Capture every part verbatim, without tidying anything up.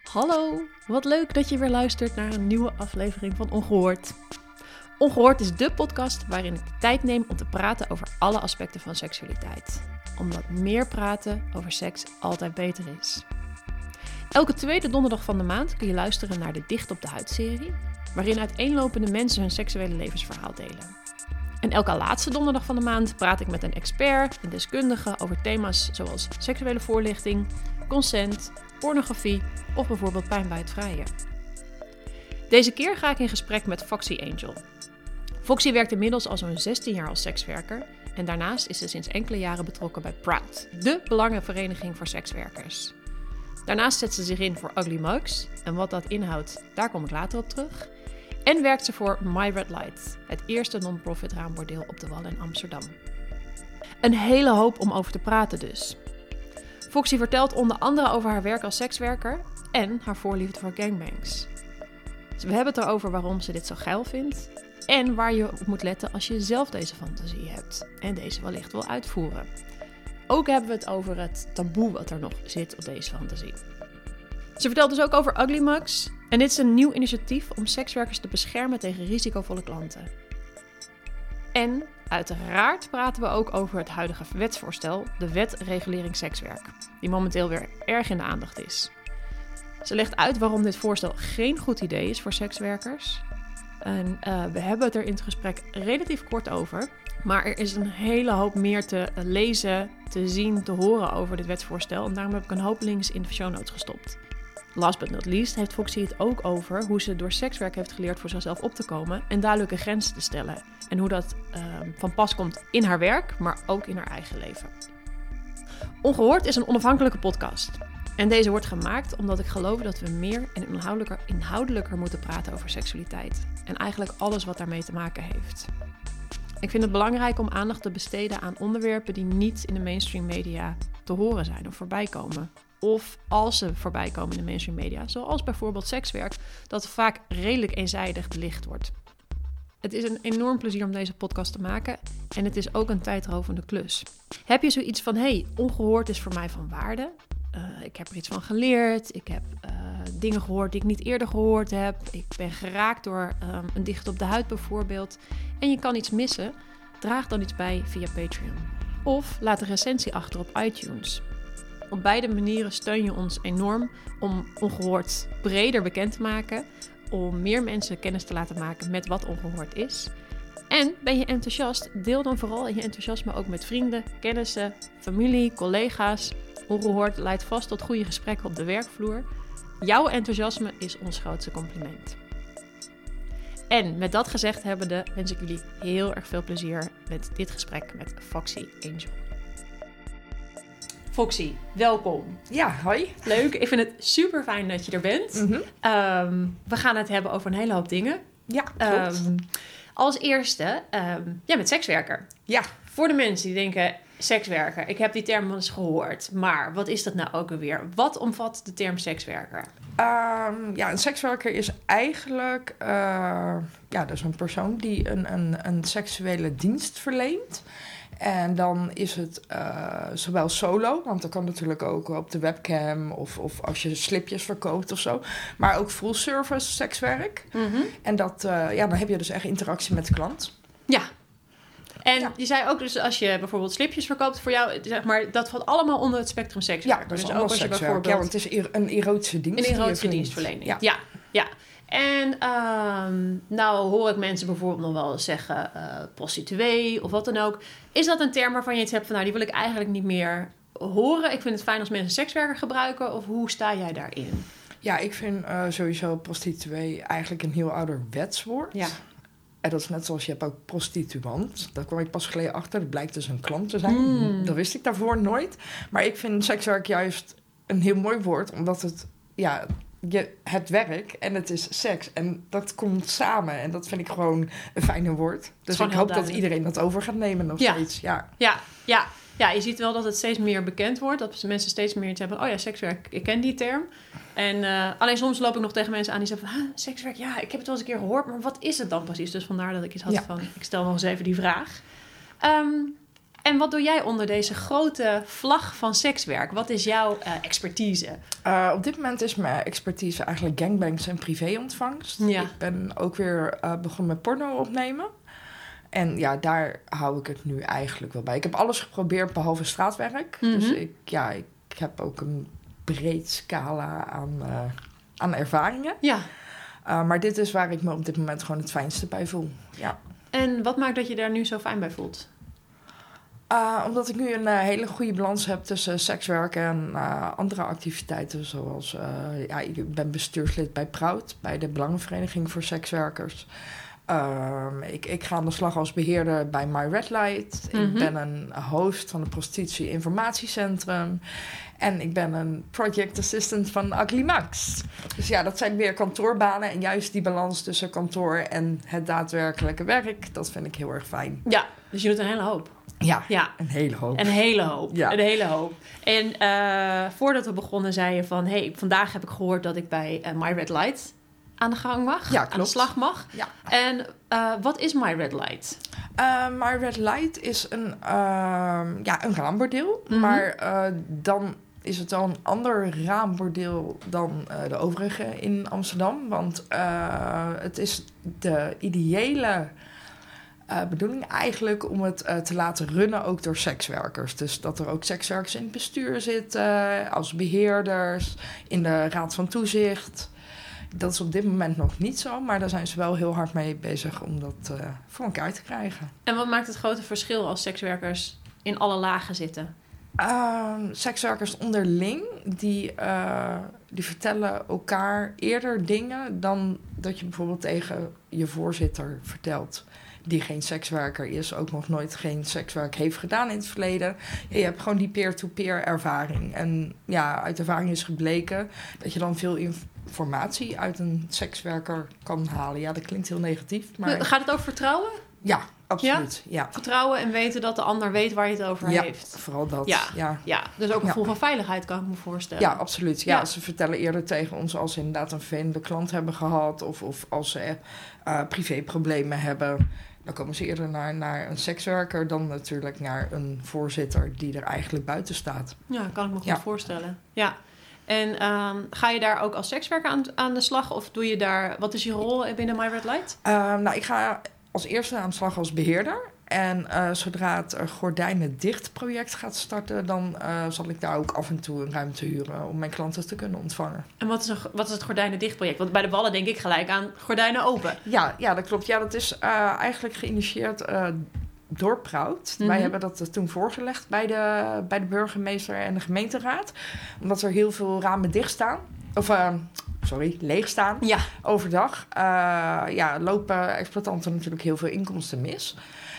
Hallo, wat leuk dat je weer luistert naar een nieuwe aflevering van Ongehoord. Ongehoord is de podcast waarin ik de tijd neem om te praten over alle aspecten van seksualiteit. Omdat meer praten over seks altijd beter is. Elke tweede donderdag van de maand kun je luisteren naar de Dicht op de Huid serie, waarin uiteenlopende mensen hun seksuele levensverhaal delen. En elke laatste donderdag van de maand praat ik met een expert en deskundige over thema's zoals seksuele voorlichting, consent, pornografie of bijvoorbeeld pijn bij het vrijen. Deze keer ga ik in gesprek met Foxy Angel. Foxy werkt inmiddels al zo'n zestien jaar als sekswerker en daarnaast is ze sinds enkele jaren betrokken bij Proud, de belangenvereniging voor sekswerkers. Daarnaast zet ze zich in voor Ugly Mugs en wat dat inhoudt, daar kom ik later op terug. En werkt ze voor My Red Light, het eerste non-profit raambordeel op de Wallen in Amsterdam. Een hele hoop om over te praten dus. Foxy vertelt onder andere over haar werk als sekswerker en haar voorliefde voor gangbangs. We hebben het erover waarom ze dit zo geil vindt en waar je op moet letten als je zelf deze fantasie hebt en deze wellicht wil uitvoeren. Ook hebben we het over het taboe wat er nog zit op deze fantasie. Ze vertelt dus ook over Ugly Mugs en dit is een nieuw initiatief om sekswerkers te beschermen tegen risicovolle klanten. En uiteraard praten we ook over het huidige wetsvoorstel, de Wet Regulering Sekswerk, die momenteel weer erg in de aandacht is. Ze legt uit waarom dit voorstel geen goed idee is voor sekswerkers. En uh, we hebben het er in het gesprek relatief kort over, maar er is een hele hoop meer te lezen, te zien, te horen over dit wetsvoorstel en daarom heb ik een hoop links in de show notes gestopt. Last but not least heeft Foxy het ook over hoe ze door sekswerk heeft geleerd voor zichzelf op te komen en duidelijke grenzen te stellen. En hoe dat uh, van pas komt in haar werk, maar ook in haar eigen leven. Ongehoord is een onafhankelijke podcast. En deze wordt gemaakt omdat ik geloof dat we meer en inhoudelijker, inhoudelijker moeten praten over seksualiteit. En eigenlijk alles wat daarmee te maken heeft. Ik vind het belangrijk om aandacht te besteden aan onderwerpen die niet in de mainstream media te horen zijn of voorbij komen. Of als ze voorbij komen in de mainstream media, zoals bijvoorbeeld sekswerk, dat vaak redelijk eenzijdig belicht wordt. Het is een enorm plezier om deze podcast te maken en het is ook een tijdrovende klus. Heb je zoiets van, hey, ongehoord is voor mij van waarde? Uh, ik heb er iets van geleerd, ik heb uh, dingen gehoord die ik niet eerder gehoord heb. Ik ben geraakt door um, een dicht op de huid bijvoorbeeld. En je kan iets missen, draag dan iets bij via Patreon. Of laat een recensie achter op iTunes. Op beide manieren steun je ons enorm om ongehoord breder bekend te maken, om meer mensen kennis te laten maken met wat ongehoord is. En ben je enthousiast, deel dan vooral je enthousiasme ook met vrienden, kennissen, familie, collega's. Ongehoord leidt vast tot goede gesprekken op de werkvloer. Jouw enthousiasme is ons grootste compliment. En met dat gezegd hebbende wens ik jullie heel erg veel plezier met dit gesprek met Foxy Angel. Foxy, welkom. Ja, hoi. Leuk, ik vind het super fijn dat je er bent. Mm-hmm. Um, we gaan het hebben over een hele hoop dingen. Ja, klopt. Um, als eerste, um, jij bent sekswerker. Ja. Voor de mensen die denken, sekswerker, ik heb die term wel eens gehoord. Maar wat is dat nou ook alweer? Wat omvat de term sekswerker? Um, ja, een sekswerker is eigenlijk uh, ja, dus een persoon die een, een, een seksuele dienst verleent. En dan is het uh, zowel solo, want dat kan natuurlijk ook op de webcam of, of als je slipjes verkoopt of zo. Maar ook full service sekswerk. Mm-hmm. En dat, uh, ja, dan heb je dus echt interactie met de klant. Ja. En ja. je zei ook dus als je bijvoorbeeld slipjes verkoopt voor jou, zeg maar, dat valt allemaal onder het spectrum sekswerk. Ja, dat is dus allemaal ook als je sekswerk. bijvoorbeeld Ja, want het is een erotische dienst. Een erotische dienstverlening. Ja, ja. ja. En um, nou hoor ik mensen bijvoorbeeld nog wel eens zeggen uh, prostituee of wat dan ook. Is dat een term waarvan je iets hebt van, nou, die wil ik eigenlijk niet meer horen. Ik vind het fijn als mensen sekswerker gebruiken. Of hoe sta jij daarin? Ja, ik vind uh, sowieso prostituee eigenlijk een heel ouderwets woord. Ja. En dat is net zoals je hebt ook prostituant. Daar kwam ik pas geleden achter. Dat blijkt dus een klant te zijn. Mm. Dat wist ik daarvoor nooit. Maar ik vind sekswerk juist een heel mooi woord. Omdat het, ja, je hebt werk en het is seks. En dat komt samen. En dat vind ik gewoon een fijne woord. Dus ik hoop dat iedereen dat over gaat nemen nog ja. steeds. Ja, ja, ja. Ja, je ziet wel dat het steeds meer bekend wordt. Dat mensen steeds meer iets hebben. Oh ja, sekswerk, ik ken die term. En uh, alleen soms loop ik nog tegen mensen aan die zeggen van, ah, sekswerk, ja, ik heb het wel eens een keer gehoord, maar wat is het dan precies? Dus vandaar dat ik iets had ja. van, ik stel nog eens even die vraag. Um, En wat doe jij onder deze grote vlag van sekswerk? Wat is jouw uh, expertise? Uh, op dit moment is mijn expertise eigenlijk gangbangs en privéontvangst. Ja. Ik ben ook weer uh, begonnen met porno opnemen. En ja, daar hou ik het nu eigenlijk wel bij. Ik heb alles geprobeerd behalve straatwerk. Mm-hmm. Dus ik, ja, ik heb ook een breed scala aan, uh, aan ervaringen. Ja. Uh, maar dit is waar ik me op dit moment gewoon het fijnste bij voel. Ja. En wat maakt dat je daar nu zo fijn bij voelt? Uh, omdat ik nu een uh, hele goede balans heb tussen sekswerk en uh, andere activiteiten. Zoals, uh, ja, ik ben bestuurslid bij Proud, bij de Belangenvereniging voor Sekswerkers. Uh, ik, ik ga aan de slag als beheerder bij My Red Light. Mm-hmm. Ik ben een host van het Prostitutie Informatiecentrum. En ik ben een project assistant van Aglimax. Dus ja, dat zijn weer kantoorbanen. En juist die balans tussen kantoor en het daadwerkelijke werk, dat vind ik heel erg fijn. Ja, dus je doet een hele hoop. Ja, ja, een hele hoop. Een hele hoop, ja. een hele hoop. En uh, voordat we begonnen zei je van... hey, vandaag heb ik gehoord dat ik bij uh, My Red Light aan de gang mag. Ja, klopt. Aan de slag mag. Ja. En uh, wat is My Red Light? Uh, My Red Light is een, uh, ja, een raambordeel. Mm-hmm. Maar uh, dan is het wel een ander raambordeel dan uh, de overige in Amsterdam. Want uh, het is de ideële... Uh, bedoeling eigenlijk om het uh, te laten runnen ook door sekswerkers. Dus dat er ook sekswerkers in het bestuur zitten, als beheerders, in de raad van toezicht. Dat is op dit moment nog niet zo, maar daar zijn ze wel heel hard mee bezig om dat uh, voor elkaar te krijgen. En wat maakt het grote verschil als sekswerkers in alle lagen zitten? Uh, sekswerkers onderling, die, uh, die vertellen elkaar eerder dingen dan dat je bijvoorbeeld tegen je voorzitter vertelt. Die geen sekswerker is, ook nog nooit geen sekswerk heeft gedaan in het verleden. Ja, je hebt gewoon die peer-to-peer ervaring. En ja, uit ervaring is gebleken dat je dan veel informatie uit een sekswerker kan halen. Ja, dat klinkt heel negatief, maar... Gaat het over vertrouwen? Ja, absoluut. Ja? Ja. Vertrouwen en weten dat de ander weet waar je het over ja, heeft. Vooral dat. Ja, ja. ja. Dus ook een ja. gevoel van veiligheid kan ik me voorstellen. Ja, absoluut. Ja, ja. Ze vertellen eerder tegen ons als ze inderdaad een vervelende klant hebben gehad... of, of als ze uh, privéproblemen hebben... Dan komen ze eerder naar, naar een sekswerker dan natuurlijk naar een voorzitter die er eigenlijk buiten staat. Ja, kan ik me goed ja. voorstellen. Ja. En um, ga je daar ook als sekswerker aan, aan de slag? Of doe je daar, wat is je rol binnen My Red Light? Uh, nou, ik ga als eerste aan de slag als beheerder. En uh, zodra het uh, Gordijnen Dicht project gaat starten... dan uh, zal ik daar ook af en toe een ruimte huren... om mijn klanten te kunnen ontvangen. En wat is, een, wat is het Gordijnen Dicht project? Want bij de Wallen denk ik gelijk aan Gordijnen Open. Ja, ja dat klopt. Ja, dat is uh, eigenlijk geïnitieerd uh, door Proud. Mm-hmm. Wij hebben dat uh, toen voorgelegd bij de, bij de burgemeester en de gemeenteraad. Omdat er heel veel ramen dicht staan. Of... Uh, sorry, leeg staan. Ja. Overdag. Uh, ja, lopen exploitanten natuurlijk heel veel inkomsten mis...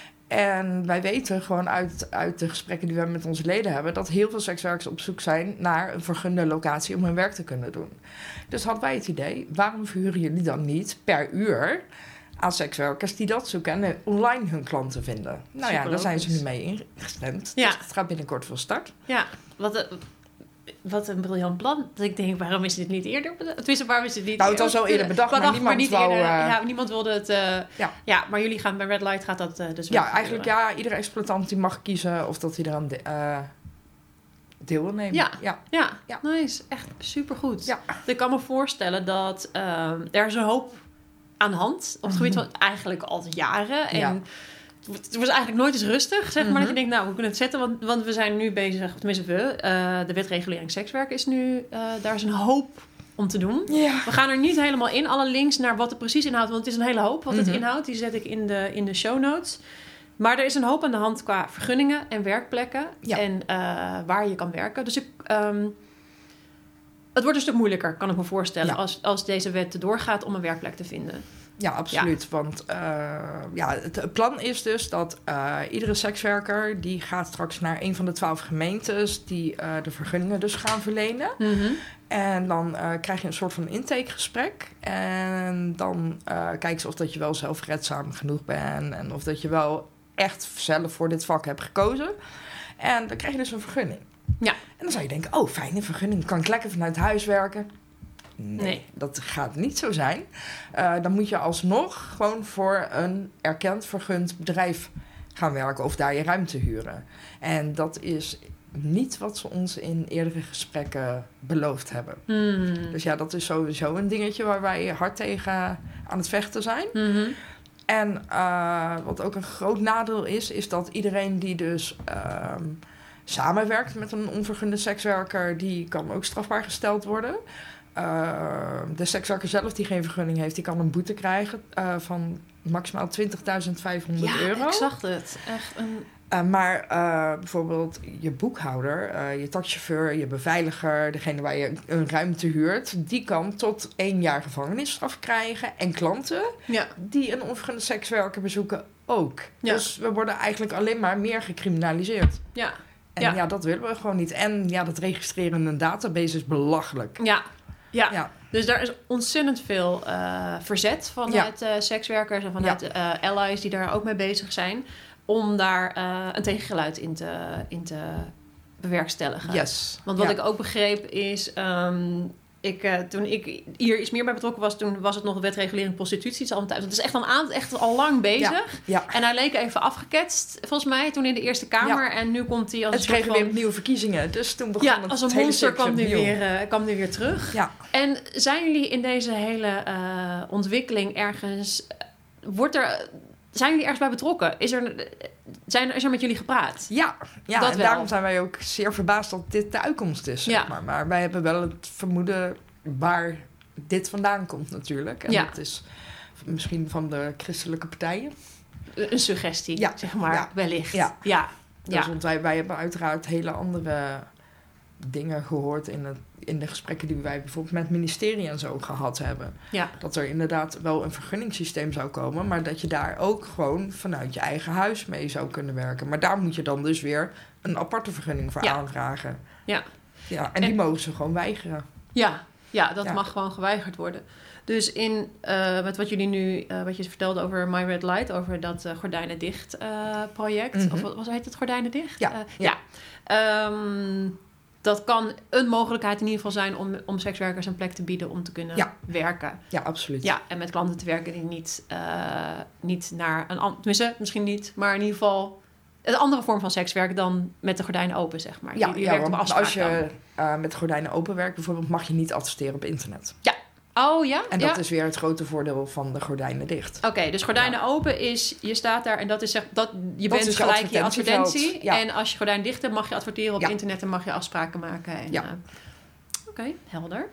En wij weten gewoon uit, uit de gesprekken die we met onze leden hebben... dat heel veel sekswerkers op zoek zijn naar een vergunde locatie om hun werk te kunnen doen. Dus hadden wij het idee, waarom verhuren jullie dan niet per uur aan sekswerkers die dat zoeken... en online hun klanten vinden? Nou Super ja, daar zijn ze nu mee ingestemd. Ja. Dus het gaat binnenkort van start. Ja, wat... Uh... Wat een briljant plan. Dat ik denk, waarom is dit niet eerder bedacht? Tenminste, waarom is dit niet nou, het was al eerder bedacht, maar niemand, maar niet wou, eerder, uh... ja, niemand wilde het... Uh, ja. ja, maar jullie gaan bij Red Light gaat dat uh, dus wel. Ja, eigenlijk ja, iedere exploitant die mag kiezen of dat hij eraan de, uh, deel wil nemen. Ja, ja. ja. ja. Nice. Echt supergoed. Ja. Ik kan me voorstellen dat uh, er is een hoop aan de hand. Op het gebied van eigenlijk al jaren. En ja. het was eigenlijk nooit eens rustig, zeg maar. Mm-hmm. Dat je denkt, nou, we kunnen het zetten. Want, want we zijn nu bezig, tenminste we. Uh, de wetregulering sekswerk is nu... Uh, daar is een hoop om te doen. Ja. We gaan er niet helemaal in. Alle links naar wat het precies inhoudt. Want het is een hele hoop wat het mm-hmm. inhoudt. Die zet ik in de, in de show notes. Maar er is een hoop aan de hand qua vergunningen en werkplekken. Ja. En uh, waar je kan werken. Dus ik... Um, het wordt een stuk moeilijker, kan ik me voorstellen... Ja. Als, als deze wet doorgaat om een werkplek te vinden. Ja, absoluut. Ja. Want uh, ja, het plan is dus dat uh, iedere sekswerker... die gaat straks naar een van de twaalf gemeentes... die uh, de vergunningen dus gaan verlenen. Mm-hmm. En dan uh, krijg je een soort van intakegesprek. En dan uh, kijken ze of dat je wel zelfredzaam genoeg bent... en of dat je wel echt zelf voor dit vak hebt gekozen. En dan krijg je dus een vergunning. Ja. En dan zou je denken, oh, fijne vergunning. Kan ik lekker vanuit huis werken? Nee, nee, dat gaat niet zo zijn. Uh, dan moet je alsnog gewoon voor een erkend vergund bedrijf gaan werken of daar je ruimte huren. En dat is niet wat ze ons in eerdere gesprekken beloofd hebben. Hmm. Dus ja, dat is sowieso een dingetje waar wij hard tegen aan het vechten zijn. Mm-hmm. En uh, wat ook een groot nadeel is, is dat iedereen die dus uh, samenwerkt met een onvergunde sekswerker, die kan ook strafbaar gesteld worden. Uh, de sekswerker zelf die geen vergunning heeft, die kan een boete krijgen uh, van maximaal twintigduizend vijfhonderd euro. Ja, ik zag het. Echt een... Uh, maar uh, bijvoorbeeld je boekhouder, uh, je taxichauffeur, je beveiliger, degene waar je een ruimte huurt, die kan tot één jaar gevangenisstraf krijgen. En klanten ja. die een onvergunde sekswerker bezoeken ook. Ja. Dus we worden eigenlijk alleen maar meer gecriminaliseerd. Ja. En ja. ja, dat willen we gewoon niet. En ja, dat registreren in een database is belachelijk. Ja. Ja. ja. Dus daar is ontzettend veel uh, verzet vanuit ja. uh, sekswerkers en vanuit ja. uh, allies die daar ook mee bezig zijn, om daar uh, een tegengeluid in te, in te bewerkstelligen. Yes. Want wat ja. ik ook begreep is, um, ik, uh, toen ik hier iets meer bij betrokken was, toen was het nog de wet regulering prostitutie. Het is, al, het is echt, al aan, echt al lang bezig. Ja. Ja. En hij leek even afgeketst, volgens mij, toen in de Eerste Kamer. Ja. En nu komt hij als het een soort kregen van... weer nieuwe verkiezingen. Dus toen begon ja, het als een hele monster kwam nu, opnieuw. weer, uh, kwam nu weer terug. Ja. En zijn jullie in deze hele uh, ontwikkeling ergens... Wordt er... Zijn jullie ergens bij betrokken? Is er, zijn, is er met jullie gepraat? Ja, ja dat en wel. Daarom zijn wij ook zeer verbaasd dat dit de uitkomst is. Zeg ja. maar. maar wij hebben wel het vermoeden waar dit vandaan komt natuurlijk. En ja. dat is misschien van de christelijke partijen. Een suggestie, ja. zeg maar, ja. wellicht. Ja, ja. Dus ja. want wij, wij hebben uiteraard hele andere dingen gehoord in, het, in de gesprekken die wij bijvoorbeeld met het ministerie en zo gehad hebben. Ja. Dat er inderdaad wel een vergunningssysteem zou komen, maar dat je daar ook gewoon vanuit je eigen huis mee zou kunnen werken. Maar daar moet je dan dus weer een aparte vergunning voor ja. aanvragen. Ja. Ja, en, en die mogen ze gewoon weigeren. Ja, ja dat ja. mag gewoon geweigerd worden. Dus in, uh, met wat jullie nu, uh, wat je vertelde over My Red Light, over dat uh, Gordijnen Dicht uh, project. Mm-hmm. Of wat heet het, Gordijnen Dicht? Ja. Uh, ja. ja. Um, dat kan een mogelijkheid in ieder geval zijn om, om sekswerkers een plek te bieden om te kunnen ja. werken. Ja, absoluut. Ja, en met klanten te werken die niet, uh, niet naar een andere... Tenminste, misschien niet, maar in ieder geval een andere vorm van sekswerk dan met de gordijnen open, zeg maar. Ja, die, die ja werkt op want afspraak als je uh, met gordijnen open werkt bijvoorbeeld, mag je niet adverteren op internet. Ja. Oh ja? En dat ja. is weer het grote voordeel van de gordijnen dicht. Oké, okay, dus gordijnen ja. open is, je staat daar en dat is zeg, dat, je dat bent is gelijk je advertentie. Ja. En als je gordijn dicht hebt, mag je adverteren op ja. internet en mag je afspraken maken. En, ja. Uh, Oké, okay, helder.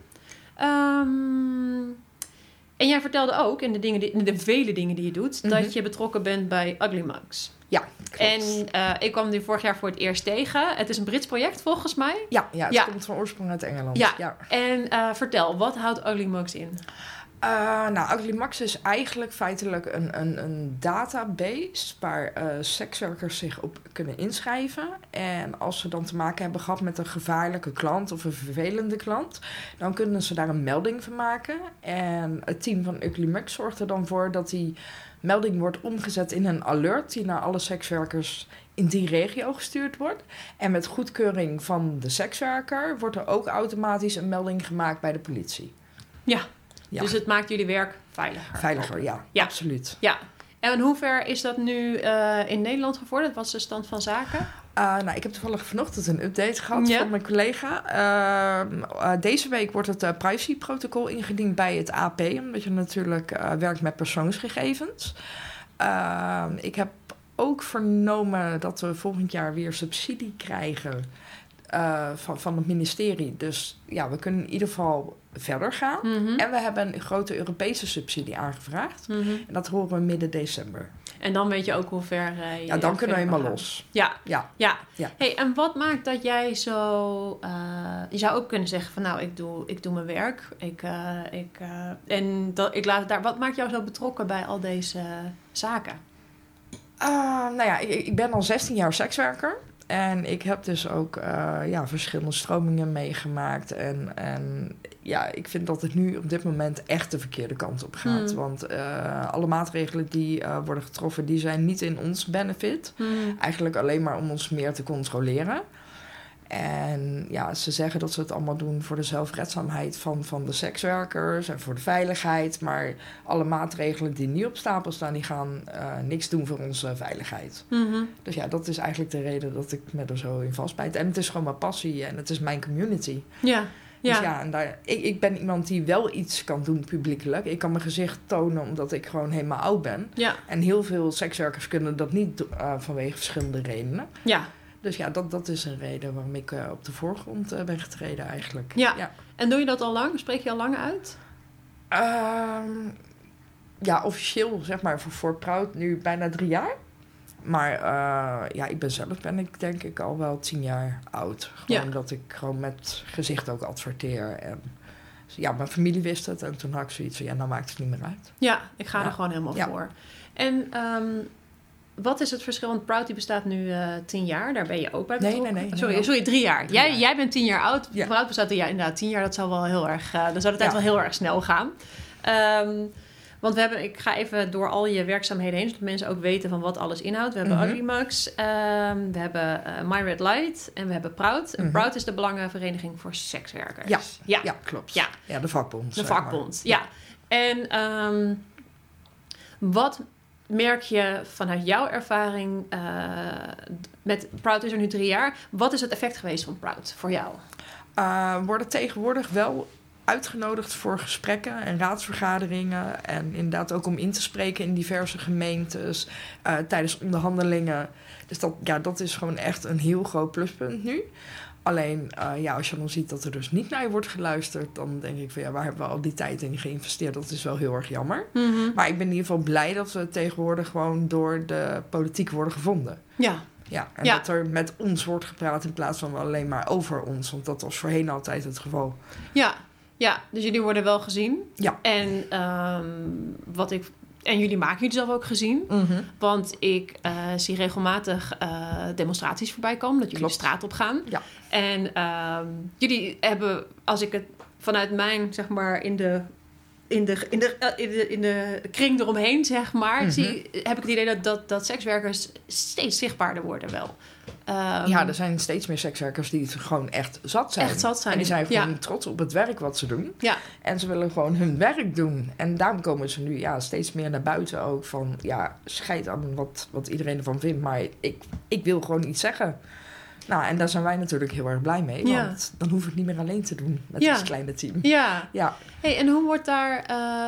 Um, en jij vertelde ook, in de, dingen die, in de vele dingen die je doet, mm-hmm. dat je betrokken bent bij Ugly Mugs. Ja, klopt. En uh, ik kwam die vorig jaar voor het eerst tegen. Het is een Brits project, volgens mij. Ja, ja het ja. komt van oorsprong uit Engeland. Ja, ja. en uh, vertel, wat houdt Ugly Mugs in? Uh, nou, Ugly Mugs is eigenlijk feitelijk een, een, een database waar uh, sekswerkers zich op kunnen inschrijven. En als ze dan te maken hebben gehad met een gevaarlijke klant of een vervelende klant, dan kunnen ze daar een melding van maken. En het team van Ugly Mugs zorgt er dan voor dat die melding wordt omgezet in een alert die naar alle sekswerkers in die regio gestuurd wordt. En met goedkeuring van de sekswerker wordt er ook automatisch een melding gemaakt bij de politie. Ja. Ja. Dus het maakt jullie werk veiliger. Veiliger, ja. ja. Absoluut. Ja. En in hoever is dat nu uh, in Nederland gevorderd? Wat is de stand van zaken? Uh, nou, ik heb toevallig vanochtend een update gehad ja. van mijn collega. Uh, uh, deze week wordt het uh, privacyprotocol ingediend bij het A P, omdat je natuurlijk uh, werkt met persoonsgegevens. Uh, ik heb ook vernomen dat we volgend jaar weer subsidie krijgen uh, van, van het ministerie. Dus ja, we kunnen in ieder geval verder gaan. Mm-hmm. En we hebben een grote Europese subsidie aangevraagd. Mm-hmm. En dat horen we midden december. En dan weet je ook hoe ver uh, je... Ja, dan kunnen we helemaal los. Ja. Ja. ja. ja. Hey, en wat maakt dat jij zo... Uh, je zou ook kunnen zeggen van nou, ik doe, ik doe mijn werk. Ik, uh, ik, uh, en dat, ik laat het daar... Wat maakt jou zo betrokken bij al deze uh, zaken? Uh, nou ja, ik, ik ben al zestien jaar sekswerker. En ik heb dus ook uh, ja, verschillende stromingen meegemaakt. En, en ja, ik vind dat het nu op dit moment echt de verkeerde kant op gaat. Mm. Want uh, alle maatregelen die uh, worden getroffen, die zijn niet in ons benefit. Mm. Eigenlijk alleen maar om ons meer te controleren. En ja, ze zeggen dat ze het allemaal doen voor de zelfredzaamheid van, van de sekswerkers en voor de veiligheid. Maar alle maatregelen die nu op stapel staan, die gaan uh, niks doen voor onze veiligheid. Mm-hmm. Dus ja, dat is eigenlijk de reden dat ik me er zo in vastbijt. En het is gewoon mijn passie en het is mijn community. Ja. Ja. Dus ja, en daar, ik, ik ben iemand die wel iets kan doen publiekelijk. Ik kan mijn gezicht tonen omdat ik gewoon helemaal oud ben. Ja. En heel veel sekswerkers kunnen dat niet uh, vanwege verschillende redenen. Ja. Dus ja, dat, dat is een reden waarom ik uh, op de voorgrond uh, ben getreden eigenlijk. Ja. ja. En doe je dat al lang? Spreek je al lang uit? Um, ja, officieel zeg maar voor, voor Proud nu bijna drie jaar. Maar uh, ja, ik ben zelf ben ik denk ik al wel tien jaar oud. Gewoon Ja. dat ik gewoon met gezicht ook adverteer. En ja, mijn familie wist het. En toen had ik zoiets van, ja, nou maakt het niet meer uit. Ja, ik ga Ja. er gewoon helemaal Ja. voor. En um, wat is het verschil? Want Proud die bestaat nu uh, tien jaar. Daar ben je ook bij Nee, betrokken. nee, nee, Sorry, nee, sorry drie jaar. Drie jij, jaar. jij bent tien jaar oud. Ja. Proud bestaat ja, inderdaad tien jaar. Dat zou wel heel erg... Uh, dan zou de tijd Ja. wel heel erg snel gaan. Um, want we hebben, ik ga even door al je werkzaamheden heen, zodat mensen ook weten van wat alles inhoudt. We hebben Mhm. Ugly Mugs, um, we hebben uh, My Red Light en we hebben Proud. En Mhm. Proud is de Belangenvereniging voor Sekswerkers. Ja. ja. Ja, klopt. Ja. Ja, de vakbond. De zeg maar. vakbond, ja. En um, wat merk je vanuit jouw ervaring uh, met Proud is er nu drie jaar. Wat is het effect geweest van Proud voor jou? Uh, we worden tegenwoordig wel uitgenodigd voor gesprekken en raadsvergaderingen. En inderdaad ook om in te spreken in diverse gemeentes uh, tijdens onderhandelingen. Dus dat, ja, dat is gewoon echt een heel groot pluspunt nu. Alleen, uh, ja, als je dan ziet dat er dus niet naar je wordt geluisterd, dan denk ik van ja, waar hebben we al die tijd in geïnvesteerd? Dat is wel heel erg jammer. Mm-hmm. Maar ik ben in ieder geval blij dat we tegenwoordig gewoon door de politiek worden gevonden. Ja. Ja, en Ja. dat er met ons wordt gepraat in plaats van alleen maar over ons. Want dat was voorheen altijd het geval. Ja, ja, dus jullie worden wel gezien. Ja. En, um, wat ik, en jullie maken jullie zelf ook gezien. Mm-hmm. Want ik uh, zie regelmatig uh, demonstraties voorbij komen. Dat jullie Klopt. de straat op gaan. Ja. En um, jullie hebben, als ik het vanuit mijn, zeg maar, in de... In de, in, de, in, de, in de kring eromheen, zeg maar, Mm-hmm. zie, heb ik het idee dat, dat, dat sekswerkers steeds zichtbaarder worden wel. Um, Ja, er zijn steeds meer sekswerkers die het gewoon echt zat zijn. Echt zat zijn. En die zijn gewoon Ja. trots op het werk wat ze doen. Ja. En ze willen gewoon hun werk doen. En daarom komen ze nu ja, steeds meer naar buiten ook van... ja, scheid aan wat, wat iedereen ervan vindt, maar ik, ik wil gewoon iets zeggen. Nou, en daar zijn wij natuurlijk heel erg blij mee. Ja. Want dan hoef ik niet meer alleen te doen met Ja. ons kleine team. Ja. Ja. Hey, en hoe wordt daar,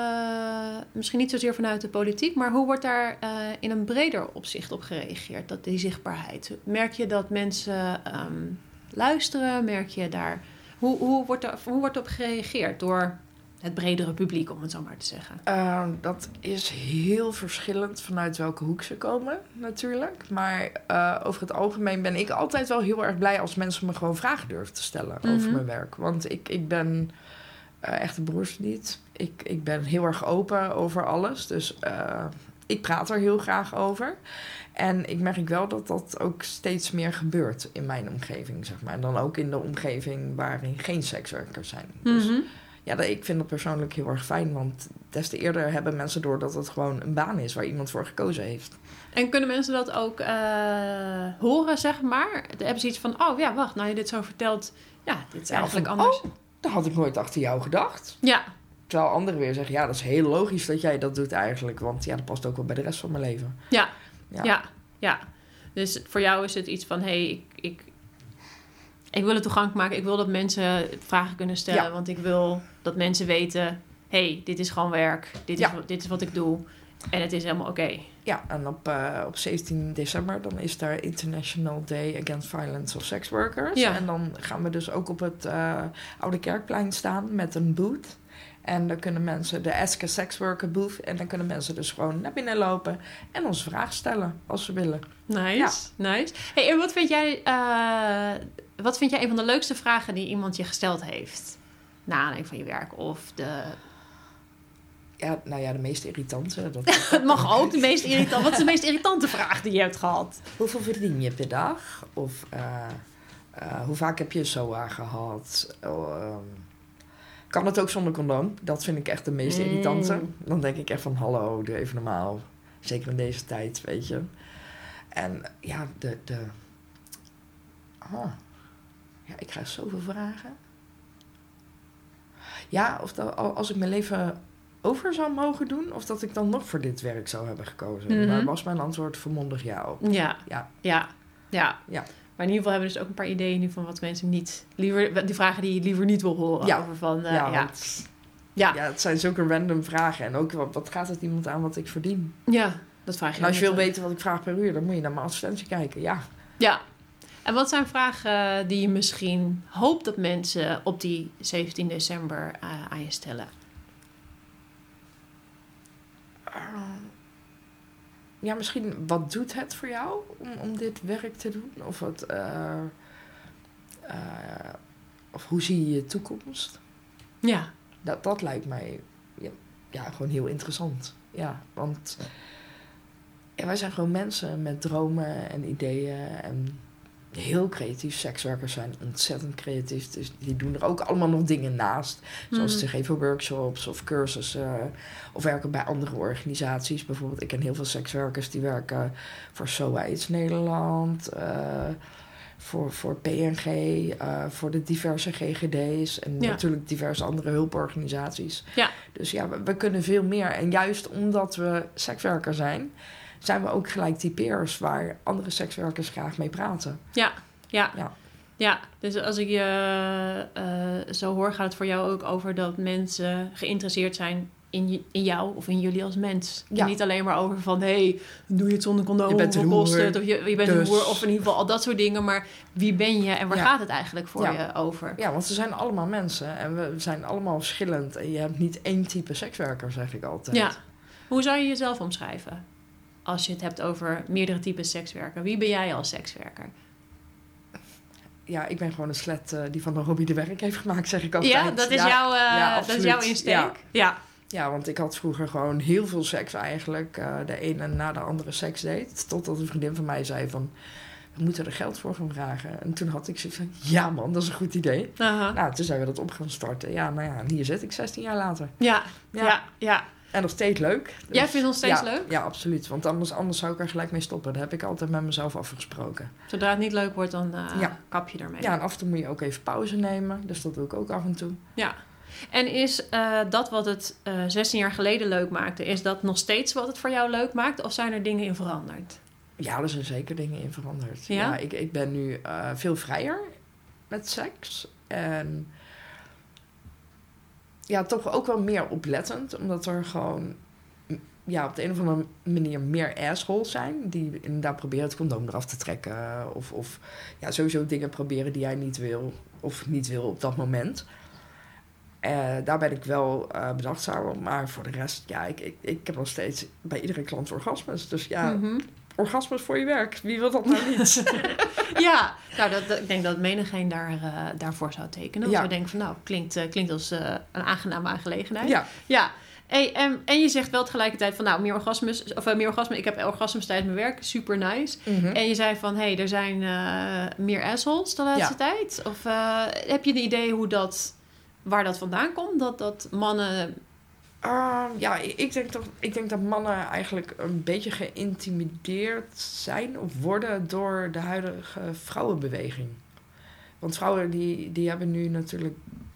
uh, misschien niet zozeer vanuit de politiek, maar hoe wordt daar uh, in een breder opzicht op gereageerd, dat die zichtbaarheid? Merk je dat mensen um, luisteren? Merk je daar, hoe, hoe, wordt er, hoe wordt op gereageerd door het bredere publiek, om het zo maar te zeggen? Uh, dat is heel verschillend vanuit welke hoek ze komen, natuurlijk. Maar uh, over het algemeen ben ik altijd wel heel erg blij als mensen me gewoon vragen durven te stellen Mm-hmm. over mijn werk. Want ik, ik ben uh, echt een broerslied. Ik, ik ben heel erg open over alles. Dus uh, ik praat er heel graag over. En ik merk wel dat dat ook steeds meer gebeurt in mijn omgeving, zeg maar. En dan ook in de omgeving waarin geen sekswerkers zijn. Dus Mm-hmm. ja, dat, ik vind dat persoonlijk heel erg fijn. Want des te eerder hebben mensen door dat het gewoon een baan is waar iemand voor gekozen heeft. En kunnen mensen dat ook uh, horen, zeg maar? Dan hebben ze iets van, oh ja, wacht, nou je dit zo vertelt, ja, dit is Ja, eigenlijk van, anders. Oh, dat had ik nooit achter jou gedacht. Ja, Terwijl anderen weer zeggen, ja, dat is heel logisch dat jij dat doet eigenlijk. Want ja, dat past ook wel bij de rest van mijn leven. ja, Ja. ja, ja. Dus voor jou is het iets van, hé, hey, ik, ik, ik wil het toegankelijk maken. Ik wil dat mensen vragen kunnen stellen. Ja. Want ik wil dat mensen weten, hé, hey, dit is gewoon werk. Dit is, Ja. dit is wat ik doe. En het is helemaal oké. Okay. Ja, en op, uh, op zeventien december dan is daar International Day Against Violence of Sex Workers. Ja. En dan gaan we dus ook op het uh, Oude Kerkplein staan met een booth. En dan kunnen mensen de Ask a Sex Worker booth. En dan kunnen mensen dus gewoon naar binnen lopen en ons vragen stellen als ze willen. Nice, Ja. nice. Hey, en wat vind jij, uh, wat vind jij een van de leukste vragen die iemand je gesteld heeft? Na aanleiding van je werk of de... Ja, nou ja, de meest irritante. Dat Het mag ook de meest irritante. Wat is de meest irritante vraag die je hebt gehad? Hoeveel verdien je per dag? Of uh, uh, hoe vaak heb je S O A gehad? Uh, kan het ook zonder condoom? Dat vind ik echt de meest irritante. Mm. Dan denk ik echt van, hallo, doe even normaal. Zeker in deze tijd, weet je. En ja, de... de oh. Ja, ik krijg zoveel vragen. Ja, of dat, als ik mijn leven over zou mogen doen, of dat ik dan nog voor dit werk zou hebben gekozen. Mm-hmm. Daar was mijn antwoord volmondig ja op. Ja, ja, ja, ja. ja. Maar in ieder geval hebben we dus ook een paar ideeën nu van wat mensen niet... liever die vragen die je liever niet wil horen. Ja, over van, uh, ja, ja. Want, ja. ja, het zijn zulke random vragen. En ook, wat, wat gaat het iemand aan wat ik verdien? Ja, dat vraag je. En als je wil weten wat ik vraag per uur, dan moet je naar mijn advertentie kijken, ja. Ja. En wat zijn vragen die je misschien hoopt dat mensen op die zeventien december uh, aan je stellen? Uh, ja, misschien, wat doet het voor jou om, om dit werk te doen? Of, wat, uh, uh, of hoe zie je je toekomst? Ja. Dat, dat lijkt mij ja, ja, gewoon heel interessant. Ja, want ja, wij zijn gewoon mensen met dromen en ideeën en heel creatief. Sekswerkers zijn ontzettend creatief. Dus die doen er ook allemaal nog dingen naast. Zoals mm. te geven workshops of cursussen. Of werken bij andere organisaties. Bijvoorbeeld, ik ken heel veel sekswerkers die werken voor S O A AIDS Nederland. Uh, voor, voor P N G. Uh, voor de diverse G G D's. En ja. natuurlijk diverse andere hulporganisaties. Ja. Dus ja, we, we kunnen veel meer. En juist omdat we sekswerker zijn, zijn we ook gelijk typeers waar andere sekswerkers graag mee praten. Ja, ja. Ja, ja. Dus als ik je uh, zo hoor, gaat het voor jou ook over dat mensen geïnteresseerd zijn in, in jou of in jullie als mens. Ja. En niet alleen maar over van, hé, hey, doe je het zonder condoom, hoeveel kost het? Of je, je bent dus een hoer, of in ieder geval al dat soort dingen. Maar wie ben je en waar ja. gaat het eigenlijk voor ja. je over? Ja, want we zijn allemaal mensen en we zijn allemaal verschillend. En je hebt niet één type sekswerker, zeg ik altijd. Ja. Hoe zou je jezelf omschrijven? Als je het hebt over meerdere types sekswerker. Wie ben jij als sekswerker? Ja, ik ben gewoon een slet uh, die van de hobby de werk heeft gemaakt, zeg ik altijd. Ja, dat is, ja, jouw, uh, ja, dat is jouw insteek? Ja. ja. Ja, want ik had vroeger gewoon heel veel seks eigenlijk. Uh, de ene na de andere seks deed. Totdat een vriendin van mij zei van, we moeten er geld voor gaan vragen. En toen had ik zoiets van, ja man, dat is een goed idee. Uh-huh. Nou, toen zijn we dat op gaan starten. Ja, nou ja, hier zit ik zestien jaar later. Ja, ja, ja. ja. En nog steeds leuk. Dus, jij vindt het nog steeds ja, leuk? Ja, absoluut. Want anders, anders zou ik er gelijk mee stoppen. Dat heb ik altijd met mezelf afgesproken. Zodra het niet leuk wordt, dan uh, ja. kap je ermee. Ja, en af en toe moet je ook even pauze nemen. Dus dat doe ik ook af en toe. Ja. En is uh, dat wat het uh, zestien jaar geleden leuk maakte, is dat nog steeds wat het voor jou leuk maakt? Of zijn er dingen in veranderd? Ja, er zijn zeker dingen in veranderd. Ja? Ja, ik, ik ben nu uh, veel vrijer met seks. En ja, toch ook wel meer oplettend. Omdat er gewoon ja, op de een of andere manier meer assholes zijn. Die inderdaad proberen het condoom eraf te trekken. Of, of ja, sowieso dingen proberen die jij niet wil. Of niet wil op dat moment. Uh, daar ben ik wel uh, bedachtzaam op. Maar voor de rest, ja, ik, ik, ik heb nog steeds bij iedere klant orgasmes. Dus ja, mm-hmm. orgasmes voor je werk. Wie wil dat nou niet? Ja, nou, dat, dat, ik denk dat menigeen daar, uh, daarvoor zou tekenen. Als ja. we denken van, nou, klinkt, uh, klinkt als uh, een aangename aangelegenheid. Ja. Ja. Hey, en, en je zegt wel tegelijkertijd van, nou, meer orgasmes, of uh, meer orgasmes. Ik heb orgasmes tijdens mijn werk, super nice. Mm-hmm. En je zei van, hé, hey, er zijn uh, meer assholes de laatste ja. tijd. Of uh, heb je een idee hoe dat, waar dat vandaan komt? Dat, dat mannen... Uh, ja, ik denk, toch, ik denk dat mannen eigenlijk een beetje geïntimideerd zijn of worden door de huidige vrouwenbeweging. Want vrouwen die, die hebben nu natuurlijk...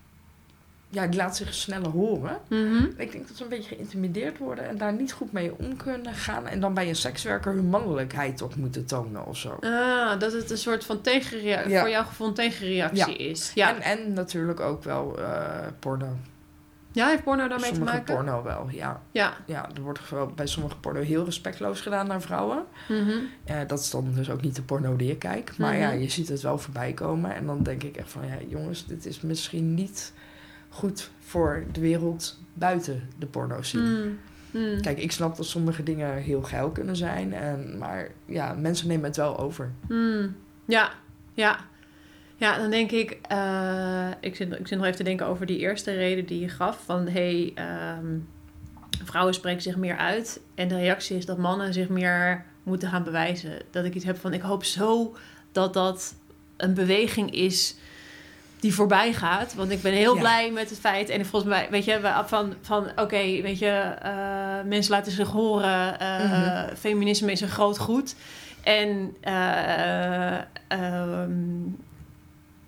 Ja, die laten zich sneller horen. Mm-hmm. Ik denk dat ze een beetje geïntimideerd worden en daar niet goed mee om kunnen gaan. En dan bij een sekswerker hun mannelijkheid toch moeten tonen of zo. Ah, dat het een soort van tegenreactie, ja. voor jouw gevoel een tegenreactie ja. is. Ja. En, en natuurlijk ook wel uh, porno. Ja, heeft porno daarmee sommige te maken? Porno wel, ja. Ja. Ja, er wordt bij sommige porno heel respectloos gedaan naar vrouwen. Mm-hmm. Uh, dat is dan dus ook niet de porno die je kijkt. Maar mm-hmm. ja, je ziet het wel voorbij komen. En dan denk ik echt van, ja jongens, dit is misschien niet goed voor de wereld buiten de porno-scene. Mm. Mm. Kijk, ik snap dat sommige dingen heel geil kunnen zijn. En, maar ja, mensen nemen het wel over. Mm. Ja, ja. Ja, dan denk ik... Uh, ik, zit, ik zit nog even te denken over die eerste reden die je gaf. Van, hé, hey, um, vrouwen spreken zich meer uit. En de reactie is dat mannen zich meer moeten gaan bewijzen. Dat ik iets heb van, ik hoop zo dat dat een beweging is die voorbij gaat. Want ik ben heel ja. blij met het feit. En volgens mij, weet je, van, van oké, okay, weet je, uh, mensen laten zich horen. Uh, mm-hmm. Feminisme is een groot goed. En uh, um,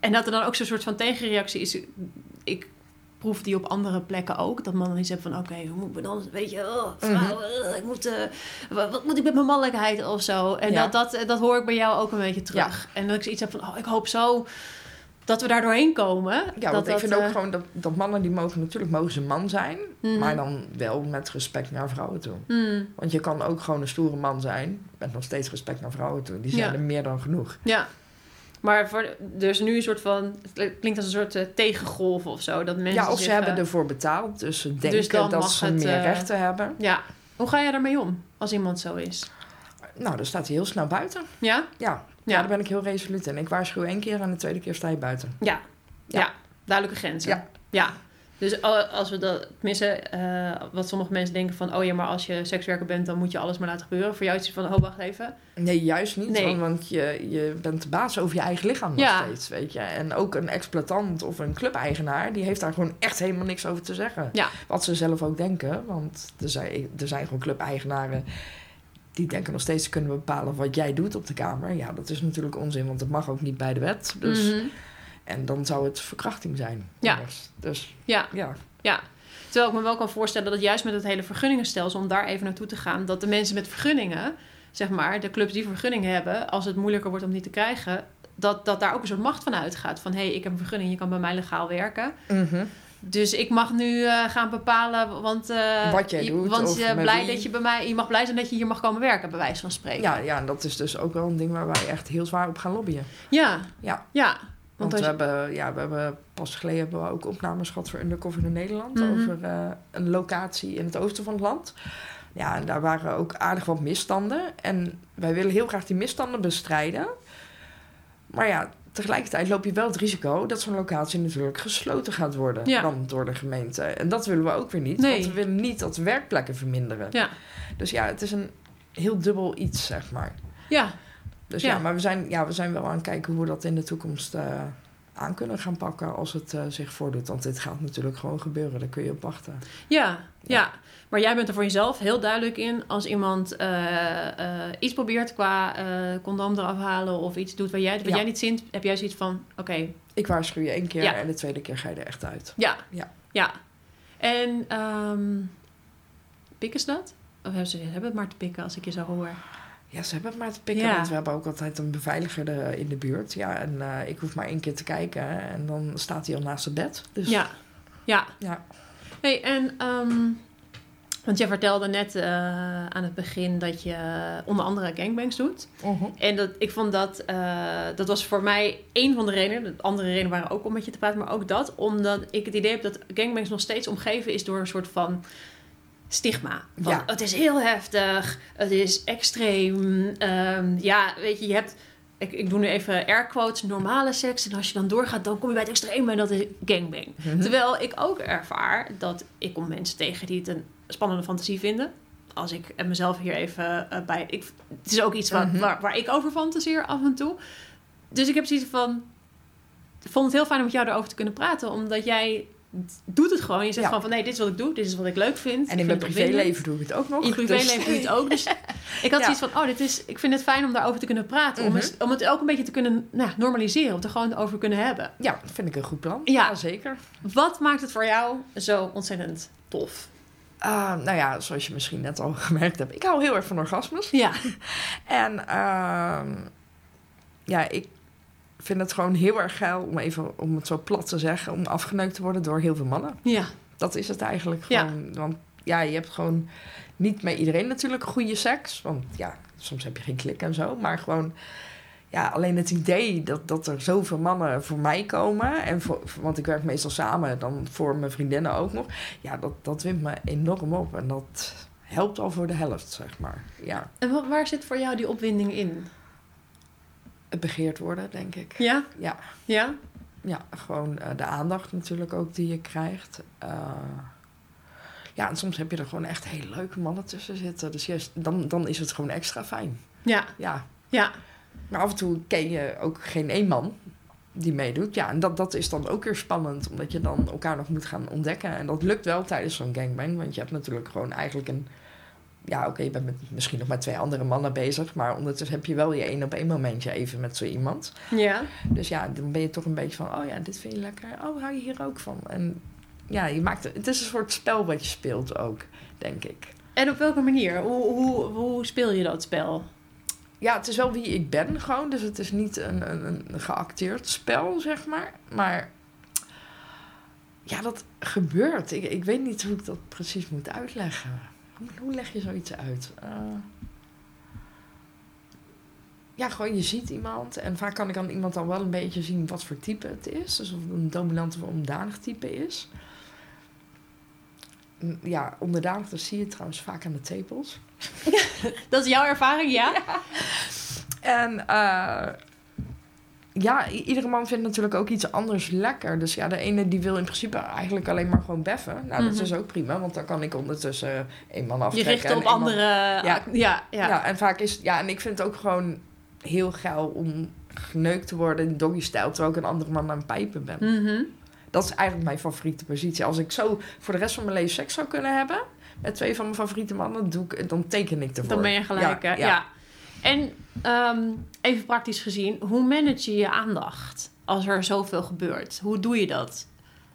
En dat er dan ook zo'n soort van tegenreactie is. Ik proef die op andere plekken ook. Dat mannen iets hebben van, oké, okay, hoe moet ik me dan, weet je, oh, vrouw, uh, ik moet, uh, wat, wat moet ik met mijn mannelijkheid of zo. En ja. dat, dat, dat hoor ik bij jou ook een beetje terug. Ja. En dat ik zoiets heb van, oh, ik hoop zo dat we daar doorheen komen. Ja, dat, want ik dat, vind uh, ook gewoon dat, dat mannen die mogen, natuurlijk mogen ze man zijn. Mm. Maar dan wel met respect naar vrouwen toe. Mm. Want je kan ook gewoon een stoere man zijn, met nog steeds respect naar vrouwen toe. Die zijn ja. er meer dan genoeg. Ja. Maar voor, dus nu een soort van, het klinkt als een soort uh, tegengolf of zo. Dat mensen ja, of zich, ze hebben uh, ervoor betaald. Dus ze denken dus dat ze het, meer uh, rechten hebben. Ja. Hoe ga je daarmee om als iemand zo is? Nou, dan staat hij heel snel buiten. Ja? Ja. Ja. Ja, daar ben ik heel resoluut in. Ik waarschuw één keer en de tweede keer sta je buiten. Ja. Ja. ja. Duidelijke grenzen. Ja. Ja. Dus als we dat, tenminste, uh, wat sommige mensen denken van, oh ja, maar als je sekswerker bent, dan moet je alles maar laten gebeuren. Voor jou is het van, oh, wacht even. Nee, juist niet. Nee. Want, want je, je bent de baas over je eigen lichaam nog ja. steeds, weet je. En ook een exploitant of een clubeigenaar, die heeft daar gewoon echt helemaal niks over te zeggen. Ja. Wat ze zelf ook denken, want er zijn, er zijn gewoon clubeigenaren die denken nog steeds, kunnen we bepalen wat jij doet op de kamer. Ja, dat is natuurlijk onzin, want dat mag ook niet bij de wet. Dus... Mm-hmm. En dan zou het verkrachting zijn. Ja. Dus, ja. ja. Ja. Terwijl ik me wel kan voorstellen dat juist met het hele vergunningenstelsel, om daar even naartoe te gaan, dat de mensen met vergunningen, zeg maar, de clubs die vergunningen hebben, als het moeilijker wordt om die te krijgen, dat, dat daar ook een soort macht van uitgaat. Van, hé, hey, ik heb een vergunning, je kan bij mij legaal werken. Mm-hmm. Dus ik mag nu uh, gaan bepalen, want, uh, wat jij doet. Want je, blij wie... dat je, bij mij, je mag blij zijn dat je hier mag komen werken, bij wijze van spreken. Ja, ja, en dat is dus ook wel een ding waar wij echt heel zwaar op gaan lobbyen. Ja, ja. ja. Want, Want we, je... hebben, ja, we hebben pas geleden hebben we ook opnames gehad voor Undercover in Nederland. Mm-hmm. Over uh, een locatie in het oosten van het land. Ja, en daar waren ook aardig wat misstanden. En wij willen heel graag die misstanden bestrijden. Maar ja, tegelijkertijd loop je wel het risico dat zo'n locatie natuurlijk gesloten gaat worden. Ja. Dan door de gemeente. En dat willen we ook weer niet. Nee. Want we willen niet dat werkplekken verminderen. Ja. Dus ja, het is een heel dubbel iets, zeg maar. Ja. Dus ja, ja, maar we zijn, ja, we zijn wel aan het kijken hoe we dat in de toekomst uh, aan kunnen gaan pakken als het uh, zich voordoet. Want dit gaat natuurlijk gewoon gebeuren, daar kun je op wachten. Ja, ja, ja. Maar jij bent er voor jezelf heel duidelijk in. Als iemand uh, uh, iets probeert qua uh, condoom eraf halen of iets doet waar jij, wat ja. jij niet zint, heb jij zoiets van, oké. Okay. Ik waarschuw je één keer ja. en de tweede keer ga je er echt uit. Ja, ja. ja. En um, pikken ze dat? Of hebben ze hebben het maar te pikken als ik je zo hoor? Ja, ze hebben het maar te pikken, ja. want we hebben ook altijd een beveiliger de, in de buurt. Ja, en uh, ik hoef maar één keer te kijken en dan staat hij al naast het bed. Dus, ja, ja. ja. Hey, en, um, want jij vertelde net uh, aan het begin dat je onder andere gangbangs doet. Uh-huh. En dat, ik vond dat, uh, dat was voor mij één van de redenen. De andere redenen waren ook om met je te praten, maar ook dat. Omdat ik het idee heb dat gangbangs nog steeds omgeven is door een soort van stigma. Van, ja. Het is heel heftig, het is extreem. Um, ja, weet je, je hebt, ik, ik doe nu even air quotes, normale seks. En als je dan doorgaat, dan kom je bij het extreme en dat is gangbang. Mm-hmm. Terwijl ik ook ervaar dat ik kom mensen tegen die het een spannende fantasie vinden. Als ik mezelf hier even uh, bij... Ik, het is ook iets wat, mm-hmm. waar, waar ik over fantaseer af en toe. Dus ik heb zoiets van... Ik vond het heel fijn om met jou erover te kunnen praten, omdat jij doet het gewoon. Je zegt ja. gewoon van, nee, dit is wat ik doe. Dit is wat ik leuk vind. En in mijn privéleven doe ik het ook nog. In je privéleven dus. doe je het ook. Dus ik had ja. zoiets van, oh, dit is, ik vind het fijn om daarover te kunnen praten. Mm-hmm. Om, eens, om het ook een beetje te kunnen nou, normaliseren. Om het er gewoon over kunnen hebben. Ja, dat vind ik een goed plan. Ja. ja, zeker. Wat maakt het voor jou zo ontzettend tof? Uh, nou ja, zoals je misschien net al gemerkt hebt. Ik hou heel erg van orgasmes. Ja. en uh, ja, ik vind het gewoon heel erg geil, om even om het zo plat te zeggen, om afgeneukt te worden door heel veel mannen. Ja. Dat is het eigenlijk gewoon. Ja. Want ja, je hebt gewoon niet met iedereen natuurlijk goede seks. Want ja, soms heb je geen klik en zo. Maar gewoon, ja, alleen het idee dat, dat er zoveel mannen voor mij komen. En voor, want ik werk meestal samen, dan voor mijn vriendinnen ook nog. Ja, dat, dat wint me enorm op. En dat helpt al voor de helft, zeg maar. Ja. En waar zit voor jou die opwinding in? Het begeerd worden, denk ik. Ja? Ja. Ja? Ja, gewoon uh, de aandacht natuurlijk ook die je krijgt. Uh, ja, en soms heb je er gewoon echt hele leuke mannen tussen zitten. Dus juist, dan, dan is het gewoon extra fijn. Ja. Ja. Ja. Maar af en toe ken je ook geen één man die meedoet. Ja, en dat, dat is dan ook weer spannend. Omdat je dan elkaar nog moet gaan ontdekken. En dat lukt wel tijdens zo'n gangbang. Want je hebt natuurlijk gewoon eigenlijk een ja, oké, okay, je bent met, misschien nog met twee andere mannen bezig, maar ondertussen heb je wel je één op één momentje even met zo iemand. Ja. Dus ja, dan ben je toch een beetje van, oh ja, dit vind je lekker. Oh, hou je hier ook van? En ja, je maakt het, het is een soort spel wat je speelt ook, denk ik. En op welke manier? Hoe, hoe, hoe speel je dat spel? Ja, het is wel wie ik ben gewoon. Dus het is niet een, een, een geacteerd spel, zeg maar. Maar ja, dat gebeurt. Ik, ik weet niet hoe ik dat precies moet uitleggen. Hoe, hoe leg je zoiets uit? Uh, ja, gewoon je ziet iemand. En vaak kan ik aan iemand dan wel een beetje zien wat voor type het is. Dus of het een dominant of onderdanig type is. Ja, onderdanig, dat zie je trouwens vaak aan de tepels. Dat is jouw ervaring, ja? Ja. En uh, ja, i- iedere man vindt natuurlijk ook iets anders lekker. Dus ja, de ene die wil in principe eigenlijk alleen maar gewoon beffen. Nou, mm-hmm. dat is ook prima, want dan kan ik ondertussen één man aftrekken. Je richt op andere... Man... Ja. Ja, ja. ja, en vaak is... Ja, en ik vind het ook gewoon heel geil om geneukt te worden in doggy-stijl, terwijl ik een andere man aan het pijpen ben. Mm-hmm. Dat is eigenlijk mijn favoriete positie. Als ik zo voor de rest van mijn leven seks zou kunnen hebben met twee van mijn favoriete mannen, doe ik, dan teken ik ervoor. Dan ben je gelijk, ja. ja. ja. En um, even praktisch gezien, hoe manage je je aandacht als er zoveel gebeurt? Hoe doe je dat?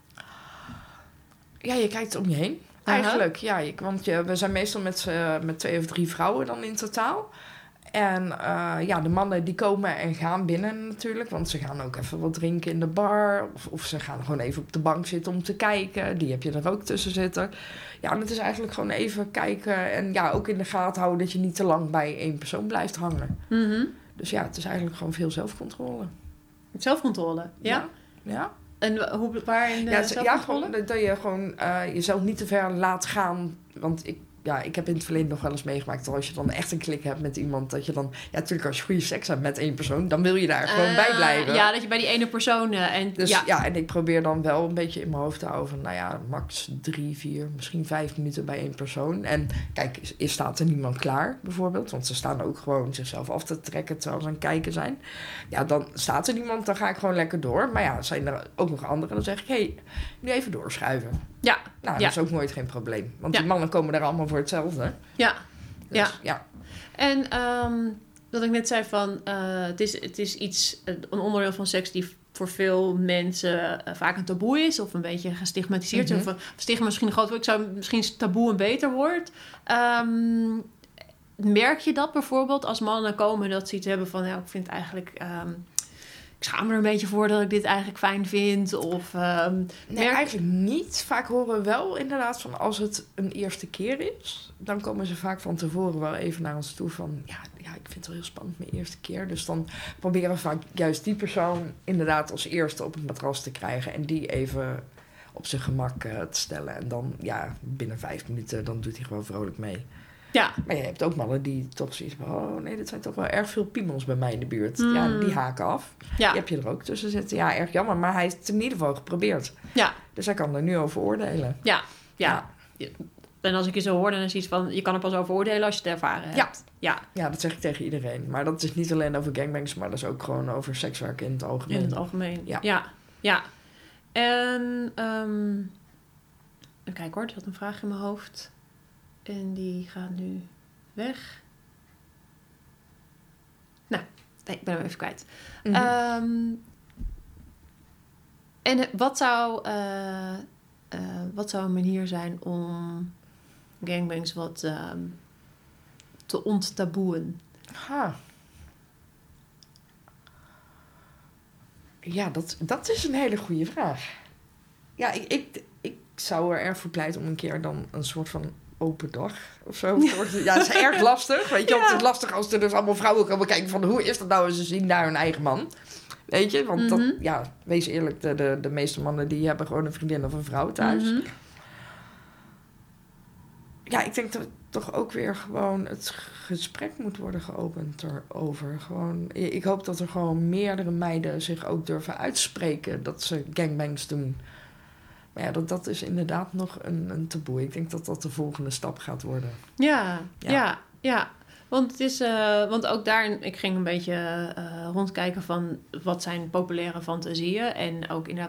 Ja, je kijkt om je heen. Eigenlijk, uh-huh. ja. Want je, we zijn meestal met, uh, met twee of drie vrouwen dan in totaal. En uh, ja, de mannen die komen en gaan binnen natuurlijk. Want ze gaan ook even wat drinken in de bar. Of, of ze gaan gewoon even op de bank zitten om te kijken. Die heb je er ook tussen zitten. Ja, en het is eigenlijk gewoon even kijken. En ja, ook in de gaten houden dat je niet te lang bij één persoon blijft hangen. Mm-hmm. Dus ja, het is eigenlijk gewoon veel zelfcontrole. Zelfcontrole, ja? Ja. ja. En hoe, waar in de ja, zelfcontrole? Ja, gewoon dat je gewoon uh, jezelf niet te ver laat gaan. Want ik... Ja, ik heb in het verleden nog wel eens meegemaakt dat als je dan echt een klik hebt met iemand, dat je dan... Ja, natuurlijk als je goede seks hebt met één persoon, dan wil je daar uh, gewoon bij blijven. Ja, dat je bij die ene persoon... Uh, en, dus ja. ja, en ik probeer dan wel een beetje in mijn hoofd te houden van, nou ja, max drie, vier, misschien vijf minuten bij één persoon. En kijk, is, is staat er niemand klaar, bijvoorbeeld? Want ze staan ook gewoon zichzelf af te trekken terwijl ze aan het kijken zijn. Ja, dan staat er niemand, dan ga ik gewoon lekker door. Maar ja, zijn er ook nog anderen, dan zeg ik, hé, hey, nu even doorschuiven. Ja. Nou, ja. dat is ook nooit geen probleem. Want ja. die mannen komen daar allemaal voor hetzelfde. Ja. Dus, ja. ja. En um, wat ik net zei van... Uh, het, is, het is iets, een onderdeel van seks die voor veel mensen uh, vaak een taboe is. Of een beetje gestigmatiseerd. Mm-hmm. Of stigma misschien een groot woord. Ik zou misschien taboe een beter woord. Um, merk je dat bijvoorbeeld als mannen komen dat ze iets hebben van... Ja, ik vind eigenlijk... Um, ik schaam me er een beetje voor dat ik dit eigenlijk fijn vind. Of, um, nee, merk... eigenlijk niet. Vaak horen we wel inderdaad van als het een eerste keer is. Dan komen ze vaak van tevoren wel even naar ons toe van... Ja, ja, ik vind het wel heel spannend mijn eerste keer. Dus dan proberen we vaak juist die persoon inderdaad als eerste op het matras te krijgen. En die even op zijn gemak uh, te stellen. En dan, ja, binnen vijf minuten, dan doet hij gewoon vrolijk mee. Ja. Maar je hebt ook mannen die toch zoiets van... oh nee, dat zijn toch wel erg veel piemels bij mij in de buurt. Mm. Ja, die haken af. Ja. Die heb je er ook tussen zitten. Ja, erg jammer, maar hij heeft het in ieder geval geprobeerd. Ja. Dus hij kan er nu over oordelen. Ja, ja. ja. En als ik je zo hoor, dan is iets van... je kan er pas over oordelen als je het ervaren hebt. Ja. Ja. Ja, dat zeg ik tegen iedereen. Maar dat is niet alleen over gangbangs... maar dat is ook gewoon over sekswerk in het algemeen. In het algemeen, ja. Ja, ja. En... Um, kijk hoor, er zat een vraag in mijn hoofd... En die gaat nu weg. Nou, nee, ik ben hem even kwijt. Mm-hmm. Um, en wat zou, uh, uh, wat zou een manier zijn om gangbangs wat uh, te onttaboeën? Ha. Ja, dat, dat is een hele goede vraag. Ja, ik, ik, ik zou er erg voor pleiten om een keer dan een soort van... open dag of zo. Ja, dat is erg lastig. Weet je, ja. Het is lastig als er dus allemaal vrouwen komen kijken van... hoe is dat nou? En ze zien daar hun eigen man. Weet je, want mm-hmm. dat, ja, wees eerlijk, de, de, de meeste mannen die hebben gewoon een vriendin of een vrouw thuis. Mm-hmm. Ja, ik denk dat toch ook weer gewoon het gesprek moet worden geopend erover. Gewoon, ik hoop dat er gewoon meerdere meiden zich ook durven uitspreken dat ze gangbangs doen. Maar ja, dat, dat is inderdaad nog een, een taboe. Ik denk dat dat de volgende stap gaat worden. Ja, ja, ja. ja. Want, het is, uh, want ook daar, ik ging een beetje uh, rondkijken van wat zijn populaire fantasieën. En ook inderdaad,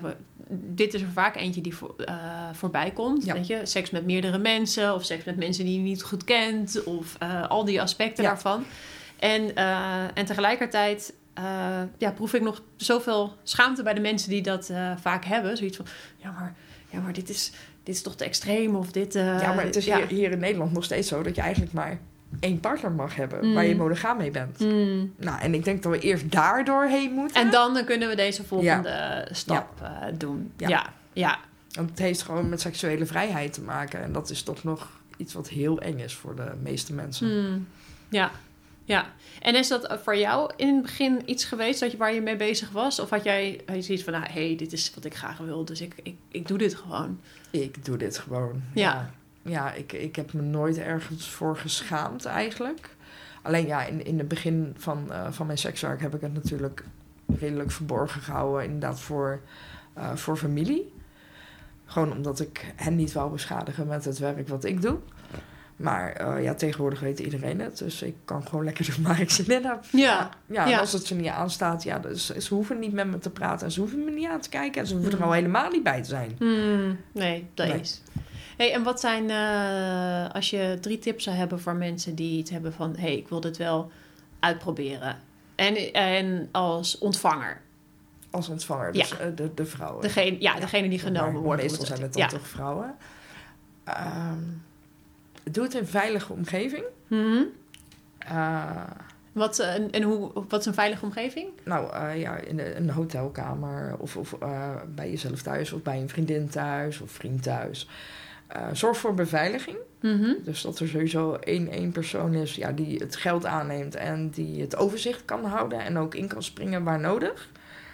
dit is er vaak eentje die voor, uh, voorbij komt. Ja. Weet je? Seks met meerdere mensen of seks met mensen die je niet goed kent of uh, al die aspecten ja. daarvan. En, uh, en tegelijkertijd uh, ja, proef ik nog zoveel schaamte bij de mensen die dat uh, vaak hebben. Zoiets van, ja maar, ja, maar dit, is, dit is toch te extreem of dit... Uh, ja, maar het is ja. hier, hier in Nederland nog steeds zo dat je eigenlijk maar één partner mag hebben Mm. waar je monogaam mee bent. Mm. Nou, en ik denk dat we eerst daardoor heen moeten. En dan, dan kunnen we deze volgende Ja. stap ja. Uh, doen. Ja. Ja, ja. Want het heeft gewoon met seksuele vrijheid te maken. En dat is toch nog iets wat heel eng is voor de meeste mensen. Mm. Ja, ja. En is dat voor jou in het begin iets geweest dat je, waar je mee bezig was? Of had jij zoiets van, nou, hé, hey, dit is wat ik graag wil, dus ik, ik, ik doe dit gewoon? Ik doe dit gewoon. Ja. Ja, ja ik, ik heb me nooit ergens voor geschaamd eigenlijk. Alleen ja, in, in het begin van, uh, van mijn sekswerk heb ik het natuurlijk redelijk verborgen gehouden. Inderdaad voor, uh, voor familie. Gewoon omdat ik hen niet wou beschadigen met het werk wat ik doe. Maar uh, ja, tegenwoordig weet iedereen het. Dus ik kan gewoon lekker doen waar ik zin in heb. Ja. Ja, en Ja. als het ze niet aanstaat, ja, dus, ze hoeven niet met me te praten. En ze hoeven me niet aan te kijken. En ze hoeven Mm. er al helemaal niet bij te zijn. Hmm, nee, dat Nee. is. Hey, en wat zijn, uh, als je drie tips zou hebben voor mensen die iets hebben van, hé, hey, ik wil dit wel uitproberen. En, en als ontvanger. Als ontvanger, dus Ja. uh, de, de vrouwen. Degene, ja, degene die Zeg genomen maar, wordt. Meestal om zijn het ja. dan toch vrouwen. Um, doe het in een veilige omgeving. Mm-hmm. Uh, Wat, uh, en, en hoe, wat is een veilige omgeving? nou, uh, ja, in een, een hotelkamer of, of uh, bij jezelf thuis of bij een vriendin thuis of vriend thuis. Uh, zorg voor beveiliging. Mm-hmm. Dus dat er sowieso één, één persoon is ja, die het geld aanneemt en die het overzicht kan houden en ook in kan springen waar nodig.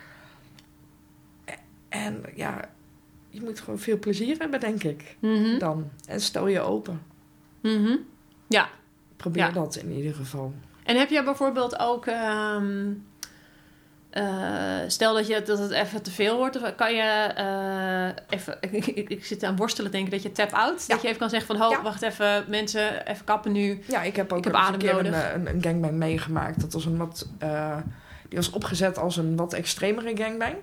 En ja, je moet gewoon veel plezier hebben, denk ik. Mm-hmm. Dan. En stel je open. Mm-hmm. Ja. Probeer Ja. dat in ieder geval. En heb je bijvoorbeeld ook... Um, uh, stel dat, je, dat het even te veel wordt. Of kan je uh, even... Ik, ik, ik zit aan worstelen denken dat je tap-out. Ja. Dat je even kan zeggen van... Ho, Ja. wacht even, mensen, even kappen nu. Ja, ik heb ook Ik heb eens een adem keer nodig. een, een, een gangbang meegemaakt. Dat was een wat... Uh, die was opgezet als een wat extremere gangbang.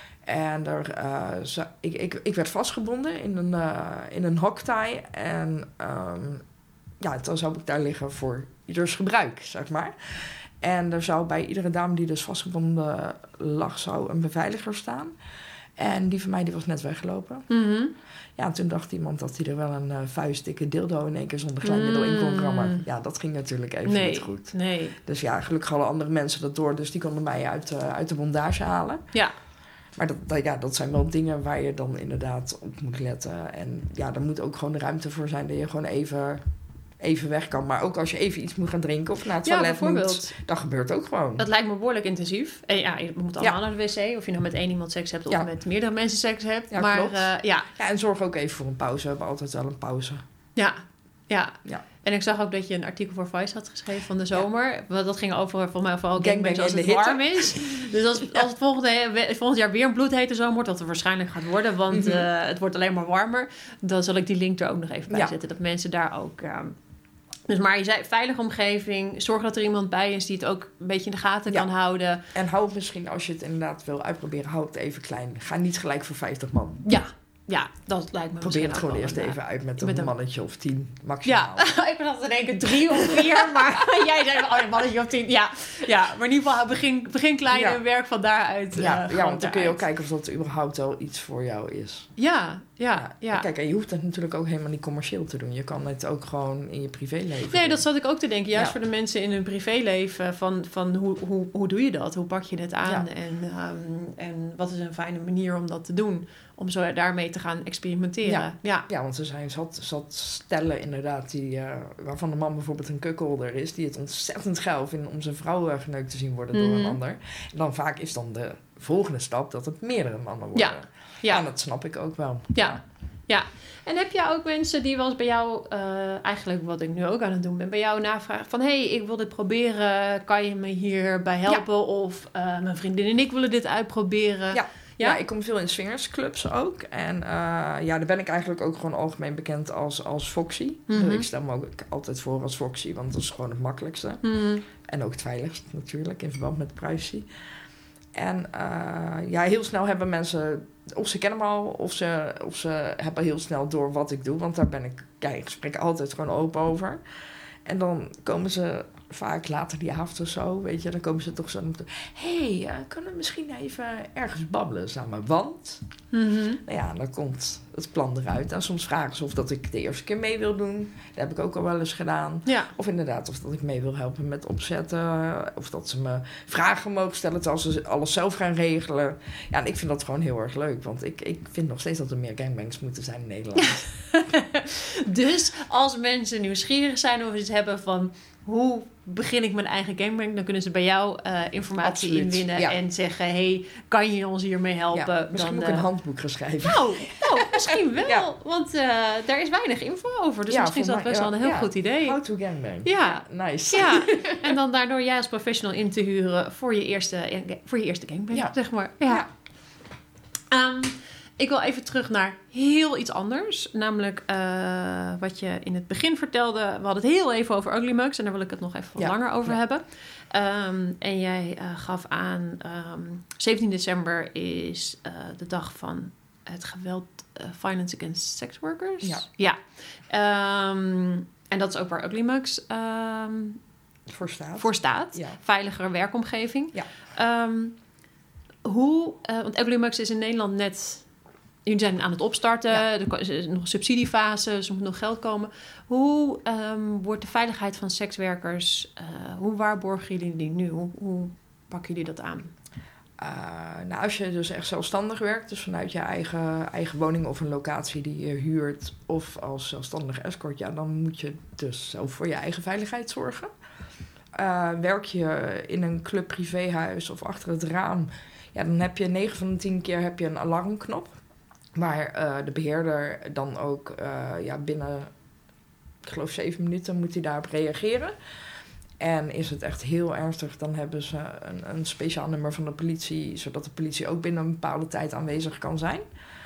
En er, uh, zo, ik, ik, ik werd vastgebonden in een, uh, in een hoktaai. En um, ja, dan zou ik daar liggen voor ieders gebruik, zeg maar. En er zou bij iedere dame die dus vastgebonden lag, zou een beveiliger staan. En die van mij die was net weggelopen. Mm-hmm. Ja, en toen dacht iemand dat hij er wel een uh, vuistdikke dildo in één keer zonder glijmiddel in kon rammen. Ja, dat ging natuurlijk even nee, niet goed. Nee. Dus ja, gelukkig hadden andere mensen dat door. Dus die konden mij uit, uh, uit de bondage halen. Ja. Maar dat, dat, ja, dat zijn wel dingen waar je dan inderdaad op moet letten. En ja, er moet ook gewoon de ruimte voor zijn dat je gewoon even, even weg kan. Maar ook als je even iets moet gaan drinken of naar het Ja, toilet bijvoorbeeld. moet, dat gebeurt ook gewoon. Dat lijkt me behoorlijk intensief. En ja, je moet allemaal Ja. naar de wc. Of je nou met één iemand seks hebt of Ja. met meerdere mensen seks hebt. Ja, maar klopt. uh, ja. Ja, en zorg ook even voor een pauze. We hebben altijd wel een pauze. Ja. Ja. Ja. En ik zag ook dat je een artikel voor Vice had geschreven van de zomer. Want dat ging over, volgens mij, vooral Gangbang gangbangs als in het de hitte. warm is. Dus als, als het volgende, volgend jaar weer een bloedhete zomer wordt, wat er waarschijnlijk gaat worden, want Mm-hmm. uh, het wordt alleen maar warmer, dan zal ik die link er ook nog even bij Ja. zetten. Dat mensen daar ook... Uh, dus maar je zei, veilige omgeving, zorg dat er iemand bij is die het ook een beetje in de gaten Ja. kan houden. En hou het misschien, als je het inderdaad wil uitproberen, hou het even klein. Ga niet gelijk voor vijftig man. Ja, ja, dat lijkt me Probeer het misschien gewoon ook eerst wel een, even uit met een, met een- mannetje of tien, maximaal. Ja, ik dacht in één keer drie of vier, maar jij zei, oh, een mannetje of tien. Ja, ja, maar in ieder geval begin, begin klein Ja. en werk van daaruit. Ja, uh, ja, gewoon want dan kun je ook daaruit. kijken of dat überhaupt wel iets voor jou is. Ja, ja, ja. En kijk, en je hoeft het natuurlijk ook helemaal niet commercieel te doen. Je kan het ook gewoon in je privéleven Nee, doen. dat zat ik ook te denken. Juist Ja. voor de mensen in hun privéleven. Van, van hoe, hoe, hoe doe je dat? Hoe pak je het aan? Ja. En, um, en wat is een fijne manier om dat te doen? Om zo daarmee te gaan experimenteren. Ja. Ja. Ja, want er zijn zat, zat stellen inderdaad die, uh, waarvan de man bijvoorbeeld een kukkelder is, die het ontzettend geil vindt om zijn vrouw uh, geneukt te zien worden door Mhm. een ander. En dan vaak is dan de volgende stap dat het meerdere mannen worden. Ja. Ja. En dat snap ik ook wel. Ja. Ja. En heb je ook mensen die wel eens bij jou, uh, eigenlijk wat ik nu ook aan het doen ben, bij jou navragen van, hé, hey, ik wil dit proberen, kan je me hierbij helpen? Ja. Of uh, mijn vriendin en ik willen dit uitproberen. Ja. Ja? Ja, ik kom veel in swingersclubs ook. En uh, ja, daar ben ik eigenlijk ook gewoon algemeen bekend als, als Foxy. Mm-hmm. Ik stel me ook altijd voor als Foxy, want dat is gewoon het makkelijkste. Mm. En ook het veiligst natuurlijk, in verband met privacy. En uh, ja, heel snel hebben mensen of ze kennen me al, of ze, of ze hebben heel snel door wat ik doe. Want daar ben ik ja, in gesprek altijd gewoon open over. En dan komen ze vaak later die avond of zo, weet je, dan komen ze toch zo naar me toe. Hé, hey, uh, kunnen we misschien even ergens babbelen samen? Want, Mm-hmm. nou ja, dan komt het plan eruit. En soms vragen ze of dat ik de eerste keer mee wil doen. Dat heb ik ook al wel eens gedaan. Ja. Of inderdaad, of dat ik mee wil helpen met opzetten. Of dat ze me vragen mogen stellen terwijl ze alles zelf gaan regelen. Ja, en ik vind dat gewoon heel erg leuk. Want ik, ik vind nog steeds dat er meer gangbangs moeten zijn in Nederland. Dus als mensen nieuwsgierig zijn of iets hebben van hoe begin ik mijn eigen gangbang, dan kunnen ze bij jou uh, informatie Absoluut, inwinnen ja. en zeggen, hey, kan je ons hiermee helpen? Ja, misschien dan, ook een uh, handboek geschreven. Nou, nou misschien wel, Ja. want uh, daar is weinig info over. Dus Ja, misschien is dat voor mij- best wel ja, een heel ja. goed idee. How to gangbang. Ja. Nice. Ja, en dan daardoor jij als professional in te huren voor je eerste, voor je eerste gangbang, Ja. zeg maar. Ja. Ja. Um, ik wil even terug naar heel iets anders. Namelijk uh, wat je in het begin vertelde. We hadden het heel even over Ugly Mugs. En daar wil ik het nog even wat Ja. langer over Ja. hebben. Um, en jij uh, gaf aan... Um, zeventien december is uh, de dag van het geweld... Uh, violence against sex workers. Ja. Ja. Um, en dat is ook waar Ugly Mugs um, Voor staat. voor staat. Ja. Veiligere werkomgeving. Ja. Um, hoe... Uh, want Ugly Mugs is in Nederland net... Jullie zijn aan het opstarten, Ja. er is nog een subsidiefase, dus er moet nog geld komen. Hoe um, wordt de veiligheid van sekswerkers, uh, hoe waarborgen jullie die nu? Hoe, hoe pakken jullie dat aan? Uh, nou, als je dus echt zelfstandig werkt, dus vanuit je eigen, eigen woning of een locatie die je huurt, of als zelfstandig escort, ja, dan moet je dus zelf voor je eigen veiligheid zorgen. Uh, werk je in een club privéhuis of achter het raam, ja, dan heb je negen van de tien keer heb je een alarmknop. Waar uh, de beheerder dan ook uh, ja, binnen, ik geloof zeven minuten moet hij daarop reageren. En is het echt heel ernstig, dan hebben ze een, een speciaal nummer van de politie, zodat de politie ook binnen een bepaalde tijd aanwezig kan zijn.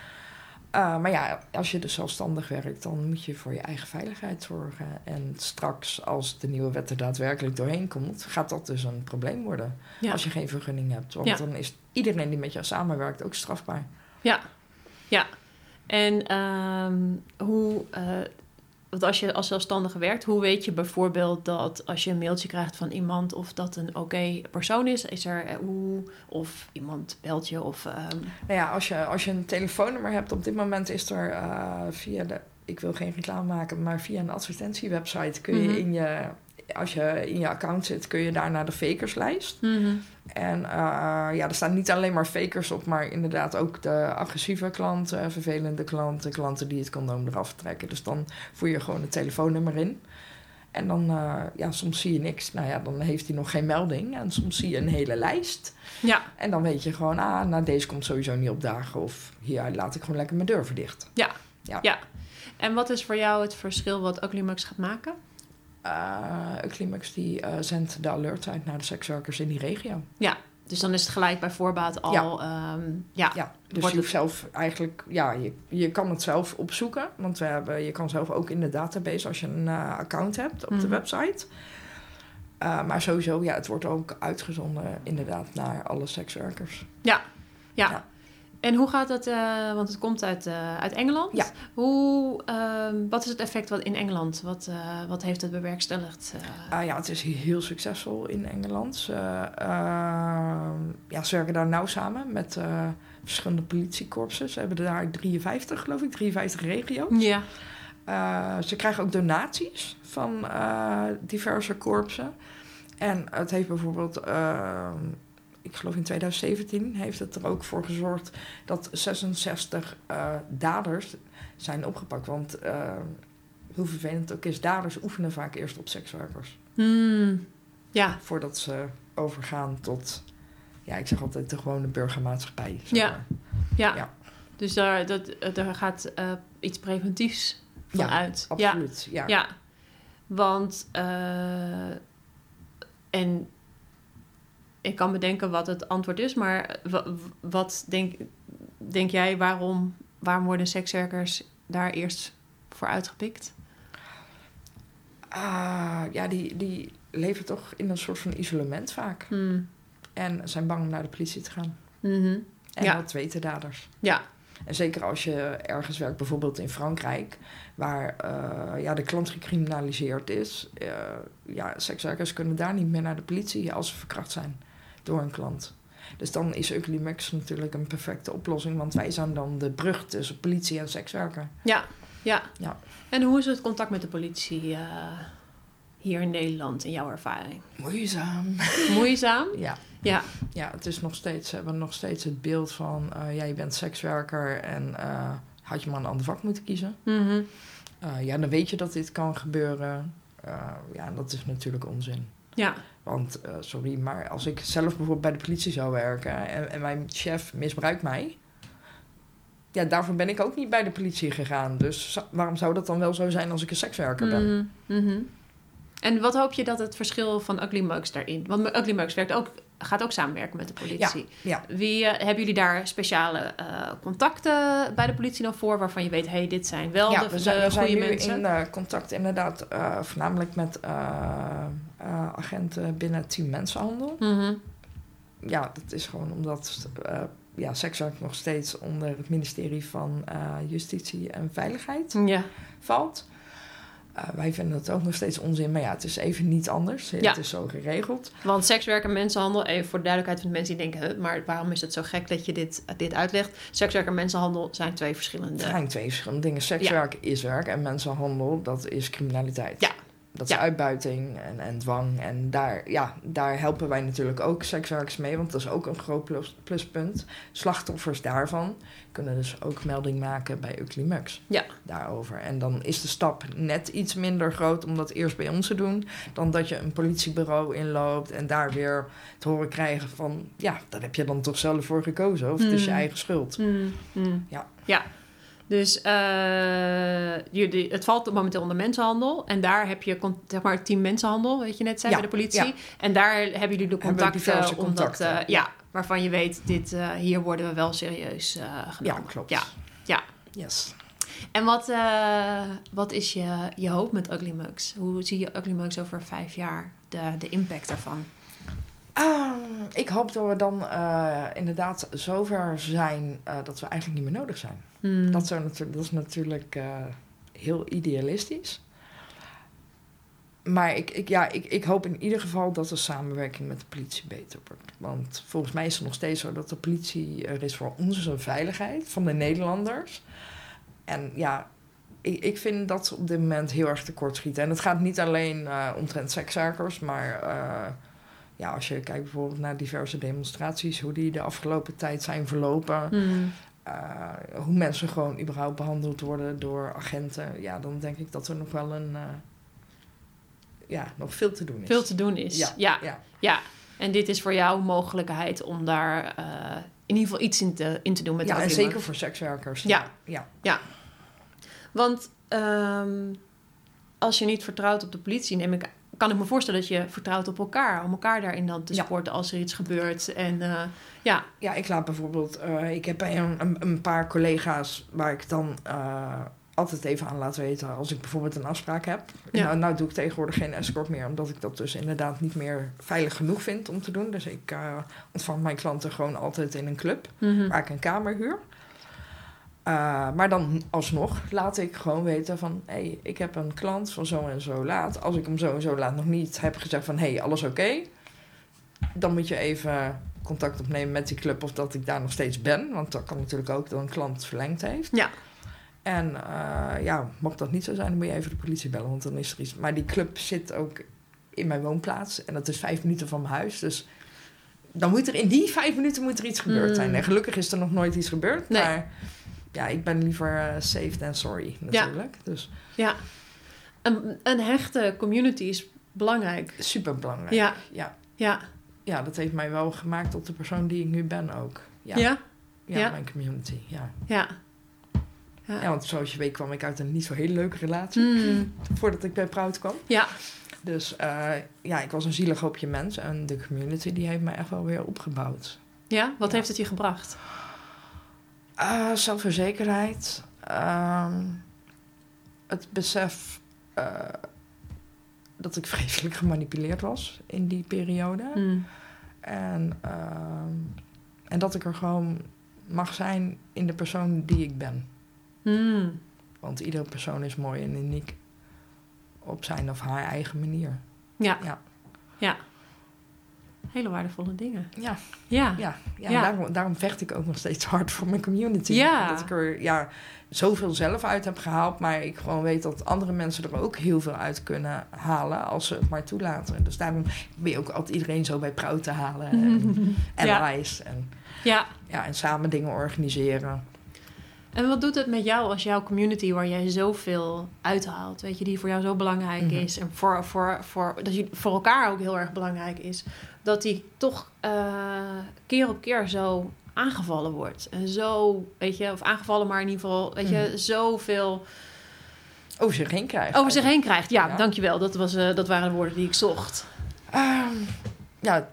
Uh, maar ja, als je dus zelfstandig werkt, dan moet je voor je eigen veiligheid zorgen. En straks, als de nieuwe wet er daadwerkelijk doorheen komt, gaat dat dus een probleem worden. Ja. Als je geen vergunning hebt. Want Ja. dan is iedereen die met jou samenwerkt ook strafbaar. Ja, ja. En um, hoe, uh, want als je als zelfstandige werkt, hoe weet je bijvoorbeeld dat als je een mailtje krijgt van iemand of dat een oké persoon is, is er uh, hoe of iemand belt je of. Um... Nou ja, als je, als je een telefoonnummer hebt, op dit moment is er uh, via de, ik wil geen reclame maken, maar via een advertentiewebsite kun je Mm-hmm. in je, als je in je account zit, kun je daar naar de fakerslijst. Mm-hmm. En uh, ja, er staan niet alleen maar fakers op, maar inderdaad ook de agressieve klanten, vervelende klanten, klanten die het condoom eraf trekken. Dus dan voer je gewoon het telefoonnummer in. En dan, uh, ja, soms zie je niks. Nou ja, dan heeft hij nog geen melding. En soms zie je een hele lijst. Ja. En dan weet je gewoon, ah, nou, deze komt sowieso niet opdagen. Of hier laat ik gewoon lekker mijn deur verdicht. Ja. Ja. Ja. En wat is voor jou het verschil wat Ugly Mugs gaat maken? Uh, Ugly die uh, zendt de alerts uit naar de sekswerkers in die regio. Ja, dus dan is het gelijk bij voorbaat al... Ja, um, ja. Ja, dus Wordt je hoeft het... zelf eigenlijk... Ja, je, je kan het zelf opzoeken. Want we hebben, je kan zelf ook in de database als je een uh, account hebt op Mm-hmm. de website. Uh, maar sowieso, ja, het wordt ook uitgezonden inderdaad naar alle sekswerkers. Ja, ja. Ja. En hoe gaat het, uh, want het komt uit, uh, uit Engeland. Ja. Hoe, uh, wat is het effect wat in Engeland? Wat, uh, wat heeft het bewerkstelligd? Uh... Uh, ja, het is heel succesvol in Engeland. Uh, uh, ja, ze werken daar nauw samen met uh, verschillende politiekorpsen. Ze hebben er daar drieënvijftig, geloof ik, drieënvijftig regio's. Ja. Uh, ze krijgen ook donaties van uh, diverse korpsen. En het heeft bijvoorbeeld... Uh, ik geloof in twintig zeventien heeft het er ook voor gezorgd dat zesenzestig uh, daders zijn opgepakt. Want uh, hoe vervelend het ook is, daders oefenen vaak eerst op sekswerkers. Hmm. Ja. Voordat ze overgaan tot, ja, ik zeg altijd de gewone burgermaatschappij. Zeg Ja. maar. Ja. Ja. Dus daar, dat, daar gaat uh, iets preventiefs van Ja, uit. Absoluut, ja. Ja, ja. Want... Uh, en... Ik kan bedenken wat het antwoord is, maar wat denk, denk jij, waarom, waarom worden sekswerkers daar eerst voor uitgepikt? Uh, ja, die, die leven toch in een soort van isolement vaak. Hmm. En zijn bang om naar de politie te gaan. Mm-hmm. En ja. dat weten daders. Ja, En zeker als je ergens werkt, bijvoorbeeld in Frankrijk, waar uh, ja, de klant gecriminaliseerd is. Uh, ja, sekswerkers kunnen daar niet meer naar de politie als ze verkracht zijn door een klant. Dus dan is Ugly Mux natuurlijk een perfecte oplossing, want wij zijn dan de brug tussen politie en sekswerker. Ja, ja. ja. En hoe is het contact met de politie uh, hier in Nederland, in jouw ervaring? Moeizaam. Moeizaam? Ja. Ja. Ja, het is nog steeds, we hebben nog steeds het beeld van, uh, ja, je bent sekswerker en uh, had je maar een ander vak moeten kiezen. Mm-hmm. Uh, ja, dan weet je dat dit kan gebeuren. Uh, ja, dat is natuurlijk onzin. Ja. Want, uh, sorry, maar als ik zelf bijvoorbeeld bij de politie zou werken en, en mijn chef misbruikt mij, ja, daarvoor ben ik ook niet bij de politie gegaan. Dus waarom zou dat dan wel zo zijn als ik een sekswerker ben? Mm-hmm. Mm-hmm. En wat hoop je dat het verschil van Ugly Mux daarin? Want Ugly Mux werkt ook, gaat ook samenwerken met de politie. Ja, ja. Wie, uh, hebben jullie daar speciale uh, contacten bij de politie dan voor, waarvan je weet, hé, hey, dit zijn wel ja, de, we zijn, de we zijn goede nu mensen? in uh, contact inderdaad uh, voornamelijk met uh, uh, agenten binnen het team mensenhandel. Mm-hmm. Ja, dat is gewoon omdat uh, ja, sekswerk nog steeds onder het ministerie van uh, Justitie en Veiligheid Ja. valt. Uh, wij vinden het ook nog steeds onzin, maar ja, het is even niet anders. Ja. Het is zo geregeld. Want sekswerk en mensenhandel, even voor de duidelijkheid van de mensen die denken, huh, maar waarom is het zo gek dat je dit, dit uitlegt? Sekswerk en mensenhandel zijn twee verschillende... Het zijn twee verschillende dingen. Sekswerk ja. is werk en mensenhandel, dat is criminaliteit. Ja. Dat is ja. uitbuiting en, en dwang. En daar, ja, daar helpen wij natuurlijk ook sekswerkers mee, want dat is ook een groot plus, pluspunt. Slachtoffers daarvan kunnen dus ook melding maken bij Ugly Mux ja. daarover. En dan is de stap net iets minder groot om dat eerst bij ons te doen, dan dat je een politiebureau inloopt en daar weer te horen krijgen van, ja, daar heb je dan toch zelf voor gekozen, of mm. het is je eigen schuld. Mm. Mm. Ja. Ja. Dus uh, jullie, het valt momenteel onder mensenhandel. En daar heb je, zeg maar, het team mensenhandel, weet je net zei, ja, bij de politie. Ja. En daar hebben jullie de contacten, omdat, uh, ja. ja, waarvan je weet, dit, uh, hier worden we wel serieus uh, genomen. Ja, klopt. Ja, ja. Yes. En wat, uh, wat is je, je hoop met Ugly Mux? Hoe zie je Ugly Mux over vijf jaar, de, de impact daarvan? Uh, ik hoop dat we dan uh, inderdaad zover zijn uh, dat we eigenlijk niet meer nodig zijn. Hmm. Dat, zou natu- dat is natuurlijk uh, heel idealistisch. Maar ik, ik, ja, ik, ik hoop in ieder geval dat de samenwerking met de politie beter wordt. Want volgens mij is het nog steeds zo dat de politie er is voor onze veiligheid, van de Nederlanders. En ja, ik, ik vind dat ze op dit moment heel erg tekortschieten. En het gaat niet alleen uh, omtrent sekswerkers, maar... Uh, Ja, als je kijkt bijvoorbeeld naar diverse demonstraties, hoe die de afgelopen tijd zijn verlopen, mm. uh, hoe mensen gewoon überhaupt behandeld worden door agenten, ja, dan denk ik dat er nog wel een, uh, ja, nog veel te doen is. Veel te doen is, ja. Ja, ja. ja. En dit is voor jou een mogelijkheid om daar uh, in ieder geval iets in te, in te doen met de Ja, en agenten. zeker voor sekswerkers. Ja, ja. ja. ja. Want um, als je niet vertrouwt op de politie, neem ik kan ik me voorstellen dat je vertrouwt op elkaar, om elkaar daarin dan te supporten ja. als er iets gebeurt. En uh, ja. Ja, ik laat bijvoorbeeld, uh, ik heb bij een, een, een paar collega's waar ik dan uh, altijd even aan laat weten als ik bijvoorbeeld een afspraak heb. Ja. Nou, nou doe ik tegenwoordig geen escort meer, omdat ik dat dus inderdaad niet meer veilig genoeg vind om te doen. Dus ik uh, ontvang mijn klanten gewoon altijd in een club, mm-hmm. waar ik een kamer huur. Uh, maar dan alsnog laat ik gewoon weten van... hé, hey, ik heb een klant van zo en zo laat. Als ik hem zo en zo laat nog niet heb gezegd van... hé, hey, alles oké? Okay? Dan moet je even contact opnemen met die club... of dat ik daar nog steeds ben. Want dat kan natuurlijk ook dat een klant verlengd heeft. Ja. En uh, ja, mocht dat niet zo zijn... dan moet je even de politie bellen, want dan is er iets... Maar die club zit ook in mijn woonplaats. En dat is vijf minuten van mijn huis. Dus dan moet er in die vijf minuten moet er iets gebeurd mm. zijn. En gelukkig is er nog nooit iets gebeurd. Nee. Maar... ja, ik ben liever uh, safe than sorry, natuurlijk. Ja, dus. ja. Een, een hechte community is belangrijk. Super belangrijk, ja. ja. Ja. Ja, dat heeft mij wel gemaakt tot de persoon die ik nu ben ook. Ja? Ja, ja, ja. mijn community, ja. Ja. Ja. Ja, want zoals je weet kwam ik uit een niet zo hele leuke relatie. Mm. Voordat ik bij Proud kwam. Ja. Dus uh, ja, ik was een zielig hoopje mens. En de community die heeft mij echt wel weer opgebouwd. Ja? Wat ja. heeft het je gebracht? Uh, zelfverzekerheid. Uh, het besef uh, dat ik vreselijk gemanipuleerd was in die periode. Mm. En, uh, en dat ik er gewoon mag zijn in de persoon die ik ben. Mm. Want iedere persoon is mooi en uniek op zijn of haar eigen manier. Ja. Ja. Ja. Hele waardevolle dingen. Ja. Ja. Ja, ja, Ja. Daarom, daarom vecht ik ook nog steeds hard voor mijn community. Ja. Dat ik er ja, zoveel zelf uit heb gehaald. Maar ik gewoon weet dat andere mensen er ook heel veel uit kunnen halen. Als ze het maar toelaten. Dus daarom ben je ook altijd iedereen zo bij Proud te halen. En allies. Ja. En, Ja. ja, en samen dingen organiseren. En wat doet het met jou als jouw community waar jij zoveel uithaalt? Weet je, die voor jou zo belangrijk Mm-hmm. is. En voor, voor, voor, dat je voor elkaar ook heel erg belangrijk is. Dat die toch uh, keer op keer zo aangevallen wordt. En zo, weet je, of aangevallen, maar in ieder geval, weet je, Mm-hmm. zoveel Over zich heen krijgen. over zich heen krijgt. Ja, Ja. dankjewel. Dat, was, uh, dat waren de woorden die ik zocht. Um, ja.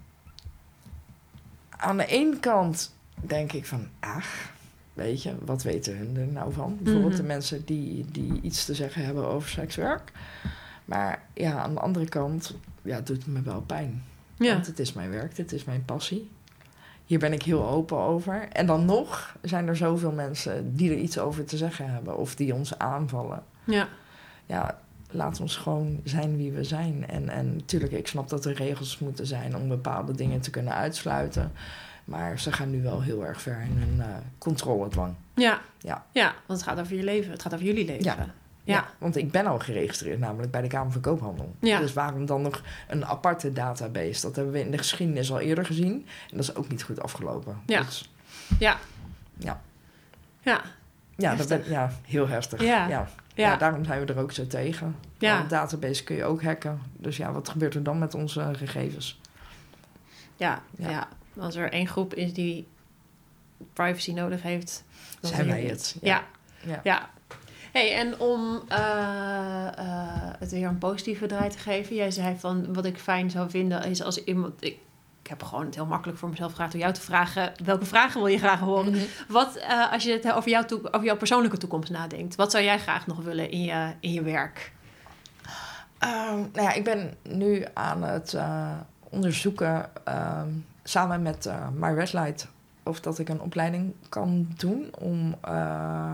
Aan de ene kant denk ik van, ach, weet je, wat weten hun er nou van? Bijvoorbeeld Mm-hmm. de mensen die, die iets te zeggen hebben over sekswerk. Maar ja, aan de andere kant, ja, het doet me wel pijn. Ja. Want het is mijn werk, het is mijn passie. Hier ben ik heel open over. En dan nog zijn er zoveel mensen die er iets over te zeggen hebben. Of die ons aanvallen. Ja. Ja, laat ons gewoon zijn wie we zijn. En, en natuurlijk, ik snap dat er regels moeten zijn om bepaalde dingen te kunnen uitsluiten. Maar ze gaan nu wel heel erg ver in hun uh, controledwang. Ja. Ja. Ja, want het gaat over je leven. Het gaat over jullie leven. Ja. Ja. Ja. Ja. Want ik ben al geregistreerd, namelijk bij de Kamer van Koophandel. Ja. Dus waarom dan nog een aparte database? Dat hebben we in de geschiedenis al eerder gezien. En dat is ook niet goed afgelopen. Ja. Dus, Ja. Ja. Ja. Ja, dat ben, ja, heel heftig. Ja. Ja. Ja. Ja, daarom zijn we er ook zo tegen. Ja. Want een database kun je ook hacken. Dus ja, wat gebeurt er dan met onze gegevens? Ja, Ja. ja. Als er één groep is die privacy nodig heeft, dan Zijn wij jullie het? Ja. Ja. Ja. ja. Hey, en om uh, uh, het weer een positieve draai te geven. Jij zei van, wat ik fijn zou vinden is als iemand... Ik, ik heb gewoon het heel makkelijk voor mezelf gevraagd door jou te vragen. Welke vragen wil je graag horen? Mm-hmm. Wat, uh, als je het over, jouw toe, over jouw persoonlijke toekomst nadenkt. Wat zou jij graag nog willen in je, in je werk? Uh, nou ja, ik ben nu aan het uh, onderzoeken... Uh, samen met uh, My Red Light... of dat ik een opleiding kan doen om... Uh,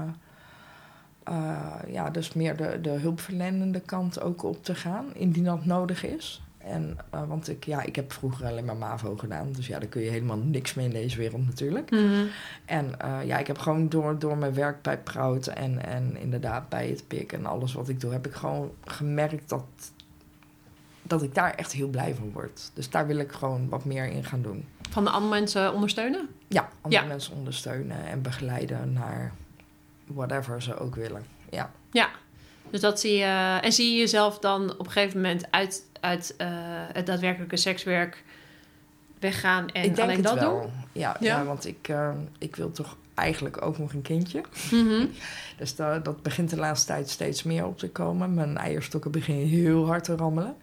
Uh, ja, dus meer de, de hulpverlenende kant ook op te gaan, indien dat nodig is. En, uh, want ik, ja, ik heb vroeger alleen maar MAVO gedaan, dus ja, daar kun je helemaal niks mee in deze wereld natuurlijk. Mm-hmm. En uh, ja, ik heb gewoon door, door mijn werk bij Proud en, en inderdaad bij het P I C en alles wat ik doe, heb ik gewoon gemerkt dat, dat ik daar echt heel blij van word. Dus daar wil ik gewoon wat meer in gaan doen. Van de andere mensen ondersteunen? Ja, andere Ja. mensen ondersteunen en begeleiden naar... whatever ze ook willen, ja. Ja, dus dat zie je... En zie je jezelf dan op een gegeven moment uit, uit uh, het daadwerkelijke sekswerk weggaan en ik denk alleen het dat wel. doen? Ja, Ja? ja, want ik, uh, ik wil toch eigenlijk ook nog een kindje. Mm-hmm. Dus dat, dat begint de laatste tijd steeds meer op te komen. Mijn eierstokken beginnen heel hard te rammelen.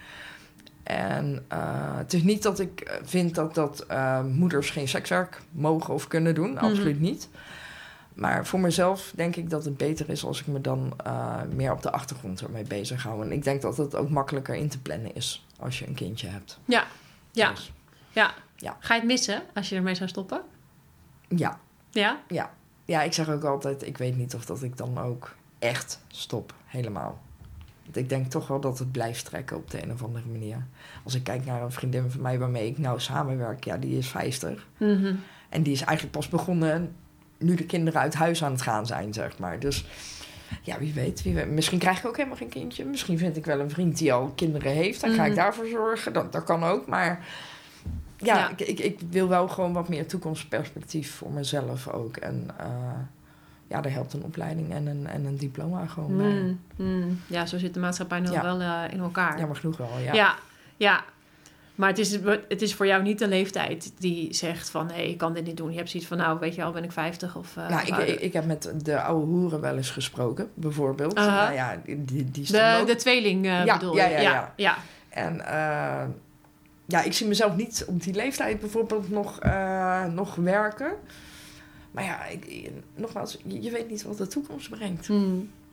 En uh, het is niet dat ik vind dat, dat uh, moeders geen sekswerk mogen of kunnen doen. Mm-hmm. Absoluut niet. Maar voor mezelf denk ik dat het beter is als ik me dan uh, meer op de achtergrond ermee bezig hou. En ik denk dat het ook makkelijker in te plannen is als je een kindje hebt. Ja, ja. Dus, ja. Ja. Ga je het missen als je ermee zou stoppen? ja, Ja? ja. Ja, ik zeg ook altijd, ik weet niet of dat ik dan ook echt stop, helemaal. Want ik denk toch wel dat het blijft trekken op de een of andere manier. Als ik kijk naar een vriendin van mij waarmee ik nou samenwerk, ja, die is vijftig. Mm-hmm. En die is eigenlijk pas begonnen nu de kinderen uit huis aan het gaan zijn, zeg maar. Dus ja, wie weet, wie weet. Misschien krijg ik ook helemaal geen kindje. Misschien vind ik wel een vriend die al kinderen heeft. Dan ga Mm-hmm. ik daarvoor zorgen. Dat, dat kan ook. Maar ja, Ja. Ik, ik, ik wil wel gewoon wat meer toekomstperspectief voor mezelf ook. En uh, ja, daar helpt een opleiding en een, en een diploma gewoon bij. Mm, mm. Ja, zo zit de maatschappij nog Ja. wel uh, in elkaar. Jammer genoeg wel, ja. Ja, ja. Maar het is, het is voor jou niet de leeftijd die zegt van... hé, hey, ik kan dit niet doen. Je hebt zoiets van, nou, weet je al, ben ik vijftig of... Uh, Nou, of ik, ouder. ik, ik heb met de oude hoeren wel eens gesproken, bijvoorbeeld. Uh-huh. Nou ja, die, die, die de, ook. de tweeling uh, Ja, bedoel ja, je? ja, ja. ja. En uh, ja, ik zie mezelf niet op die leeftijd bijvoorbeeld nog, uh, nog werken. Maar ja, ik, nogmaals, je, je weet niet wat de toekomst brengt. Hmm.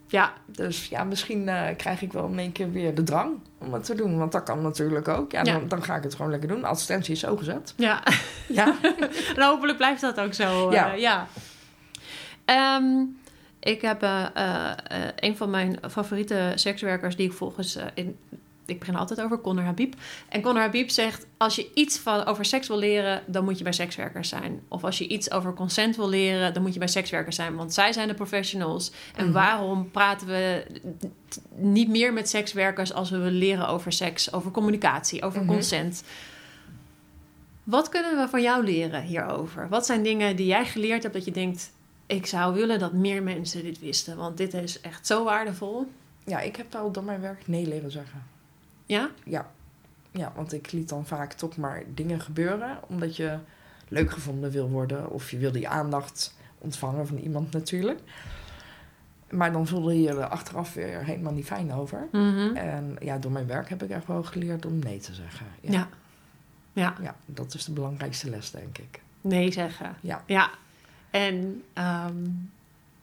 Ja. Dus ja, misschien uh, krijg ik wel in één keer weer de drang om het te doen. Want dat kan natuurlijk ook. Ja, ja. Dan, dan ga ik het gewoon lekker doen. Advertentie is zo gezet. Ja. Ja. En hopelijk blijft dat ook zo. Ja. Uh, ja. Um, ik heb uh, uh, een van mijn favoriete sekswerkers die ik volgens... Uh, in, ik begin altijd over Conor Habib. En Conor Habib zegt... als je iets van, over seks wil leren... dan moet je bij sekswerkers zijn. Of als je iets over consent wil leren... dan moet je bij sekswerkers zijn. Want zij zijn de professionals. En mm-hmm. waarom praten we t- niet meer met sekswerkers... als we willen leren over seks, over communicatie, over mm-hmm. consent? Wat kunnen we van jou leren hierover? Wat zijn dingen die jij geleerd hebt dat je denkt... ik zou willen dat meer mensen dit wisten. Want dit is echt zo waardevol. Ja, ik heb al door mijn werk nee leren zeggen. Ja? Ja. Ja, want ik liet dan vaak toch maar dingen gebeuren... omdat je leuk gevonden wil worden... of je wil die aandacht ontvangen van iemand natuurlijk. Maar dan voelde je er achteraf weer helemaal niet fijn over. Mm-hmm. En ja, door mijn werk heb ik echt wel geleerd om nee te zeggen. Ja. Ja. Ja. Ja, dat is de belangrijkste les, denk ik. Nee zeggen. Ja. Ja. En... Um...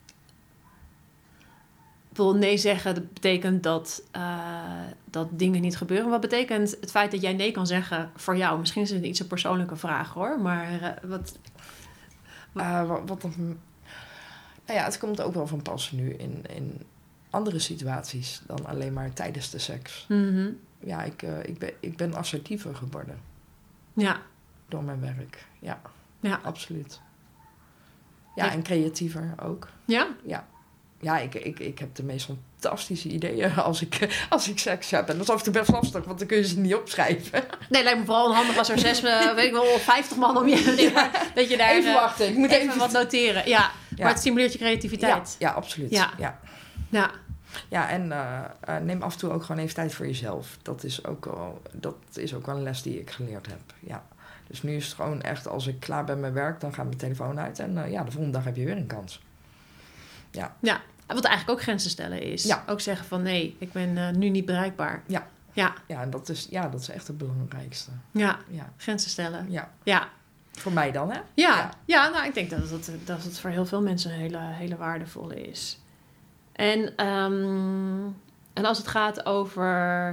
nee zeggen, dat betekent dat, uh, dat dingen niet gebeuren. Wat betekent het feit dat jij nee kan zeggen voor jou? Misschien is het iets een persoonlijke vraag, hoor. Maar uh, wat... Wat, uh, wat, wat nou ja, het komt ook wel van pas nu in, in andere situaties... dan alleen maar tijdens de seks. Mm-hmm. Ja, ik, uh, ik, ben, ik ben assertiever geworden. Ja. Door mijn werk, ja. Ja. Absoluut. Ja, ja. En creatiever ook. Ja? Ja. Ja, ik, ik, ik heb de meest fantastische ideeën als ik, als ik seks heb. En dat is af en toe best lastig, want dan kun je ze niet opschrijven. Nee, lijkt me vooral handig als er zes, uh, weet ik wel, vijftig man om je... Nee, maar dat je daar even wachten, ik moet even, even wat noteren. Ja, ja. Maar het stimuleert je creativiteit. Ja, ja absoluut. Ja. Ja, ja. ja en uh, uh, neem af en toe ook gewoon even tijd voor jezelf. Dat is ook wel, dat is ook wel een les die ik geleerd heb, ja. Dus nu is het gewoon echt, als ik klaar ben met mijn werk... dan gaat mijn telefoon uit en uh, ja, de volgende dag heb je weer een kans. Ja. Ja. Wat eigenlijk ook grenzen stellen is. Ja. Ook zeggen van nee, ik ben uh, nu niet bereikbaar. Ja. Ja. Ja, en dat is, ja, dat is echt het belangrijkste. Ja. Ja. Grenzen stellen. Ja. Ja. Voor mij dan, hè? Ja. Ja, ja nou, ik denk dat het, dat het voor heel veel mensen een hele, hele waardevolle is. En, um, en als het gaat over...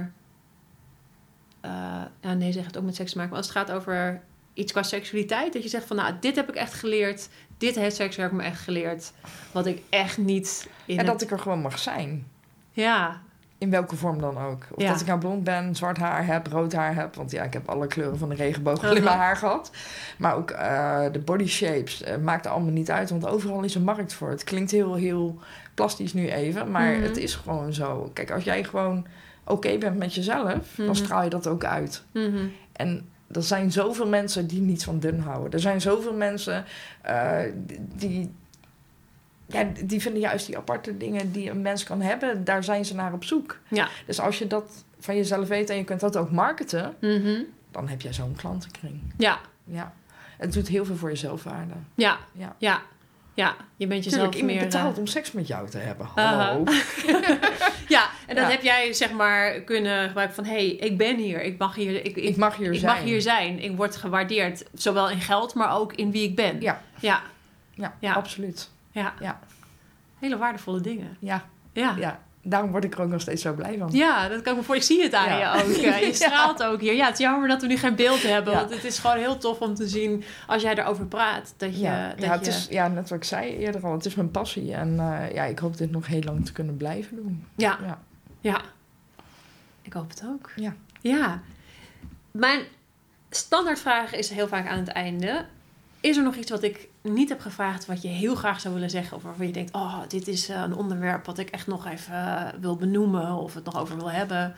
Uh, ja, nee, zeg het ook met seks te maken. Maar als het gaat over iets qua seksualiteit... dat je zegt van, nou, dit heb ik echt geleerd... dit heeft sekswerk me echt geleerd... wat ik echt niet... In en het... dat ik er gewoon mag zijn. Ja. In welke vorm dan ook. Of ja. dat ik nou blond ben, zwart haar heb, rood haar heb. Want ja, ik heb alle kleuren van de regenboog uh-huh. in mijn haar gehad. Maar ook uh, de body shapes. Uh, maakt er allemaal niet uit, want overal is een markt voor. Het klinkt heel, heel plastisch nu even. Maar mm-hmm. het is gewoon zo. Kijk, als jij gewoon oké okay bent met jezelf... Mm-hmm. dan straal je dat ook uit. Mm-hmm. En... er zijn zoveel mensen die niet van dun houden. Er zijn zoveel mensen uh, die... Ja, die vinden juist die aparte dingen die een mens kan hebben. Daar zijn ze naar op zoek. Ja. Dus als je dat van jezelf weet en je kunt dat ook marketen... Mm-hmm. dan heb jij zo'n klantenkring. Ja. Ja. Het doet heel veel voor je zelfwaarde. Ja. Ja. Ja. Ja, je bent jezelf Tuurlijk, meer... betaalt uh... om seks met jou te hebben. Hallo. Uh-huh. ja, en dan ja. heb jij zeg maar kunnen gebruiken van... hé, hey, ik ben hier, ik mag hier, ik, ik, ik mag hier ik zijn. mag hier zijn. Ik word gewaardeerd, zowel in geld, maar ook in wie ik ben. Ja, ja. ja, ja. absoluut. Ja. Ja. Hele waardevolle dingen. Ja. Ja. ja. Daarom word ik er ook nog steeds zo blij van. Ja, dat kan ik me voor. Ik zie het aan ja. je ook. Je straalt ja. ook hier. Ja, het is jammer dat we nu geen beeld hebben. Ja. Want het is gewoon heel tof om te zien als jij erover praat. Dat je, ja, dat ja, het je... is, ja, net wat ik zei eerder al. Het is mijn passie. En uh, ja, ik hoop dit nog heel lang te kunnen blijven doen. Ja. Ja. ja. Ik hoop het ook. Ja. Ja. Mijn standaardvraag is heel vaak aan het einde... Is er nog iets wat ik niet heb gevraagd... wat je heel graag zou willen zeggen... of waarvan je denkt... oh, dit is een onderwerp... wat ik echt nog even uh, wil benoemen... of het nog over wil hebben?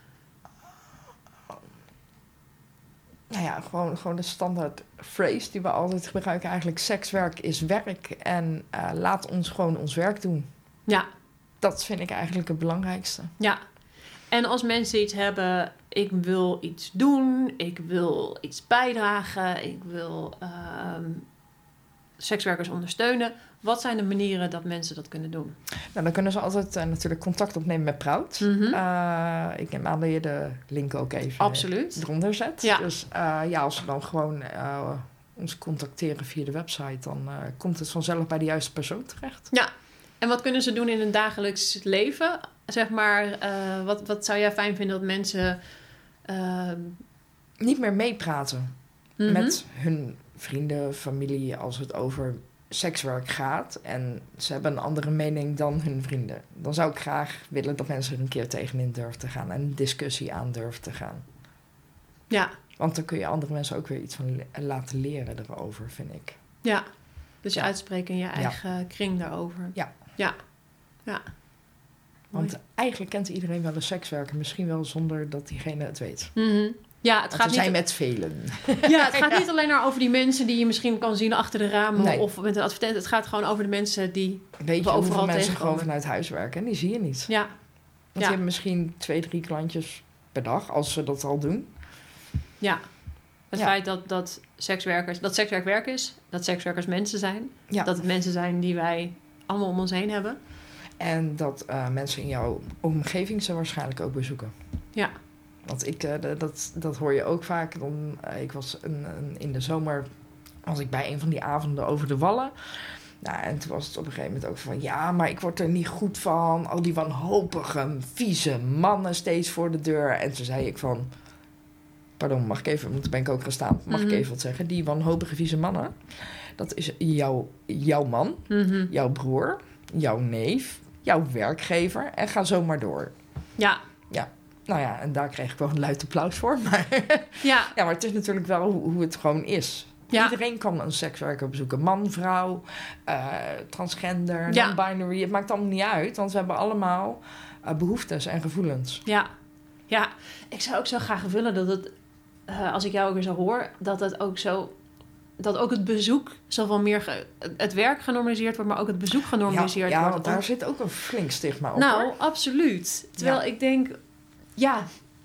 Nou ja, gewoon, gewoon de standaard phrase... die we altijd gebruiken eigenlijk... sekswerk is werk... en uh, laat ons gewoon ons werk doen. Ja. Dat vind ik eigenlijk het belangrijkste. Ja. En als mensen iets hebben... ik wil iets doen, ik wil iets bijdragen, ik wil uh, sekswerkers ondersteunen. Wat zijn de manieren dat mensen dat kunnen doen? Nou, dan kunnen ze altijd uh, natuurlijk contact opnemen met Proud. Mm-hmm. Uh, ik neem aan dat je de link ook even Absoluut. eronder zet. Ja. Dus uh, ja, als ze dan gewoon uh, ons contacteren via de website... dan uh, komt het vanzelf bij de juiste persoon terecht. Ja. En wat kunnen ze doen in hun dagelijks leven? Zeg maar, uh, wat, wat zou jij fijn vinden dat mensen... Uh... Niet meer meepraten Mm-hmm. met hun vrienden, familie, als het over sekswerk gaat. En ze hebben een andere mening dan hun vrienden. Dan zou ik graag willen dat mensen er een keer tegenin durven te gaan. En een discussie aan durven te gaan. Ja. Want dan kun je andere mensen ook weer iets van le- laten leren erover, vind ik. Ja. Dus je ja. uitspreken in je eigen ja. kring daarover. Ja. Ja. Ja. Want Mooi. Eigenlijk kent iedereen wel een sekswerker. Misschien wel zonder dat diegene het weet. Mm-hmm. Ja, het Want gaat we zijn niet... met velen. Ja, het gaat niet alleen maar over die mensen die je misschien kan zien achter de ramen nee. of met een advertent. Het gaat gewoon over de mensen die Weet je overal hoeveel mensen tegenkomen. gewoon vanuit huis werken? En die zie je niet. Ja. Want ja. die hebben misschien twee, drie klantjes per dag, als ze dat al doen. Ja. Het ja. feit dat, dat sekswerkers, dat sekswerk werk is, dat sekswerkers mensen zijn. Ja. Dat het mensen zijn die wij allemaal om ons heen hebben. En dat uh, mensen in jouw omgeving ze waarschijnlijk ook bezoeken. Ja. Want ik, uh, dat, dat hoor je ook vaak. Dan, uh, ik was een, een, in de zomer was ik bij een van die avonden over de Wallen. Nou, en toen was het op een gegeven moment ook van... ja, maar ik word er niet goed van. Al die wanhopige, vieze mannen steeds voor de deur. En toen zei ik van... Pardon, mag ik even... want toen ben ik ook gestaan. Mag mm-hmm. ik even wat zeggen? Die wanhopige, vieze mannen... dat is jouw, jouw man, mm-hmm. jouw broer, jouw neef... jouw werkgever en ga zo maar door. Ja. Ja. Nou ja, en daar kreeg ik wel een luid applaus voor. Maar ja. ja, maar het is natuurlijk wel hoe, hoe het gewoon is. Ja. Iedereen kan een sekswerker bezoeken. Man, vrouw, uh, transgender, ja. non-binary. Het maakt allemaal niet uit, want we hebben allemaal uh, behoeftes en gevoelens. Ja. Ja, ik zou ook zo graag willen dat het, uh, als ik jou ook weer zo hoor, dat het ook zo... dat ook het bezoek zoveel meer... Ge, het werk genormaliseerd wordt, maar ook het bezoek genormaliseerd ja, ja, wordt. Want daar zit ook een flink stigma op. Nou, hoor. absoluut. Terwijl ja. ik denk... Ja,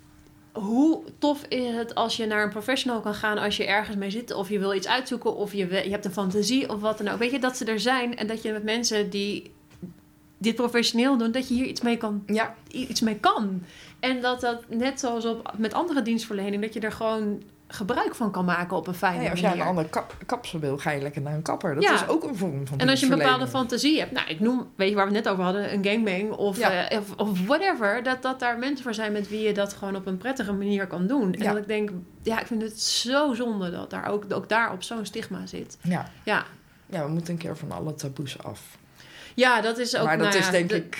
hoe tof is het als je naar een professional kan gaan... als je ergens mee zit of je wil iets uitzoeken... of je, je hebt een fantasie of wat dan ook. Weet je, dat ze er zijn en dat je met mensen die dit professioneel doen... dat je hier iets mee kan. Ja. Iets mee kan. En dat dat net zoals op, met andere dienstverlening... dat je er gewoon... gebruik van kan maken op een fijne nee, als manier. Als jij een andere kap- kapsel wil, ga je lekker naar een kapper. Dat ja. is ook een vorm van En als je een bepaalde fantasie hebt... Nou, ik noem, weet je waar we het net over hadden... een gangbang of, ja. uh, of, of whatever... Dat, dat daar mensen voor zijn met wie je dat gewoon op een prettige manier kan doen. En ja. dat ik denk... Ja, ik vind het zo zonde dat daar ook, ook daar op zo'n stigma zit. Ja. Ja. Ja, we moeten een keer van alle taboes af. Ja, dat is ook... Maar dat nou is ja, denk de, ik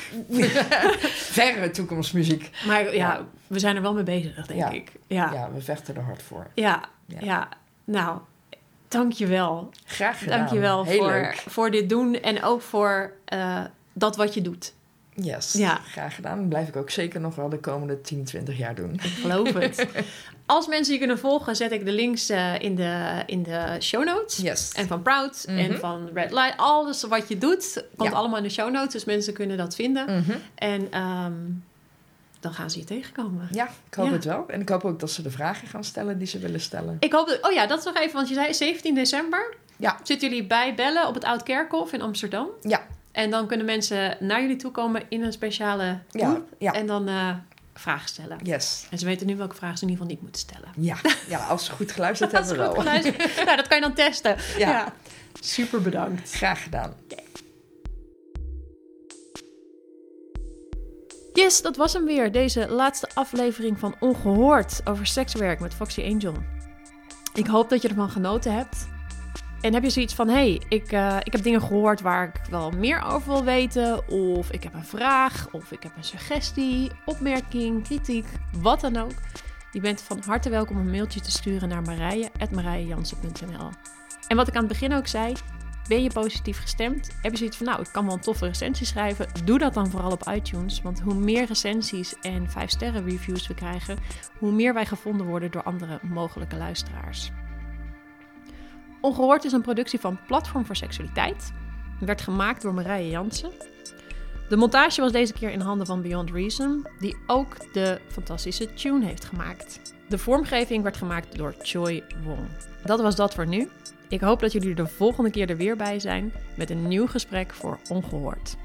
verre toekomstmuziek. Maar ja, ja, we zijn er wel mee bezig, denk ja. ik. Ja. ja, we vechten er hard voor. Ja, ja. ja. Nou, dank je wel. Graag gedaan. Dank je wel Heel voor, leuk. voor dit doen en ook voor uh, dat wat je doet. Yes, ja. graag gedaan. Dat blijf ik ook zeker nog wel de komende tien, twintig jaar doen. Ik geloof het. Als mensen je kunnen volgen, zet ik de links uh, in, de, in de show notes. Yes. En van Proud Mm-hmm. en van Red Light. Alles wat je doet, komt ja. allemaal in de show notes. Dus mensen kunnen dat vinden. Mm-hmm. En um, dan gaan ze je tegenkomen. Ja, ik hoop ja. het wel. En ik hoop ook dat ze de vragen gaan stellen die ze willen stellen. Ik hoop dat... Oh ja, dat is nog even. Want je zei zeventien december. Ja. Zitten jullie bij Bellen op het Oud Kerkhof in Amsterdam? Ja. En dan kunnen mensen naar jullie toe komen in een speciale groep. Ja, ja. En dan uh, vragen stellen. Yes. En ze weten nu welke vragen ze in ieder geval niet moeten stellen. Ja, ja als ze goed geluisterd hebben we wel. Nou, dat kan je dan testen. Ja. ja. Super bedankt. Graag gedaan. Okay. Yes, dat was hem weer. Deze laatste aflevering van Ongehoord over sekswerk met Foxy Angel. Ik hoop dat je ervan genoten hebt. En heb je zoiets van, hé, hey, ik, uh, ik heb dingen gehoord waar ik wel meer over wil weten. Of ik heb een vraag, of ik heb een suggestie, opmerking, kritiek, wat dan ook. Je bent van harte welkom een mailtje te sturen naar marije at marijejansen punt n l. En wat ik aan het begin ook zei, ben je positief gestemd? Heb je zoiets van, nou, ik kan wel een toffe recensie schrijven? Doe dat dan vooral op iTunes, want hoe meer recensies en vijf sterren reviews we krijgen, hoe meer wij gevonden worden door andere mogelijke luisteraars. Ongehoord is een productie van Platform voor Seksualiteit. Het werd gemaakt door Marije Jansen. De montage was deze keer in handen van Beyond Reason, die ook de fantastische tune heeft gemaakt. De vormgeving werd gemaakt door Choi Wong. Dat was dat voor nu. Ik hoop dat jullie er de volgende keer er weer bij zijn met een nieuw gesprek voor Ongehoord.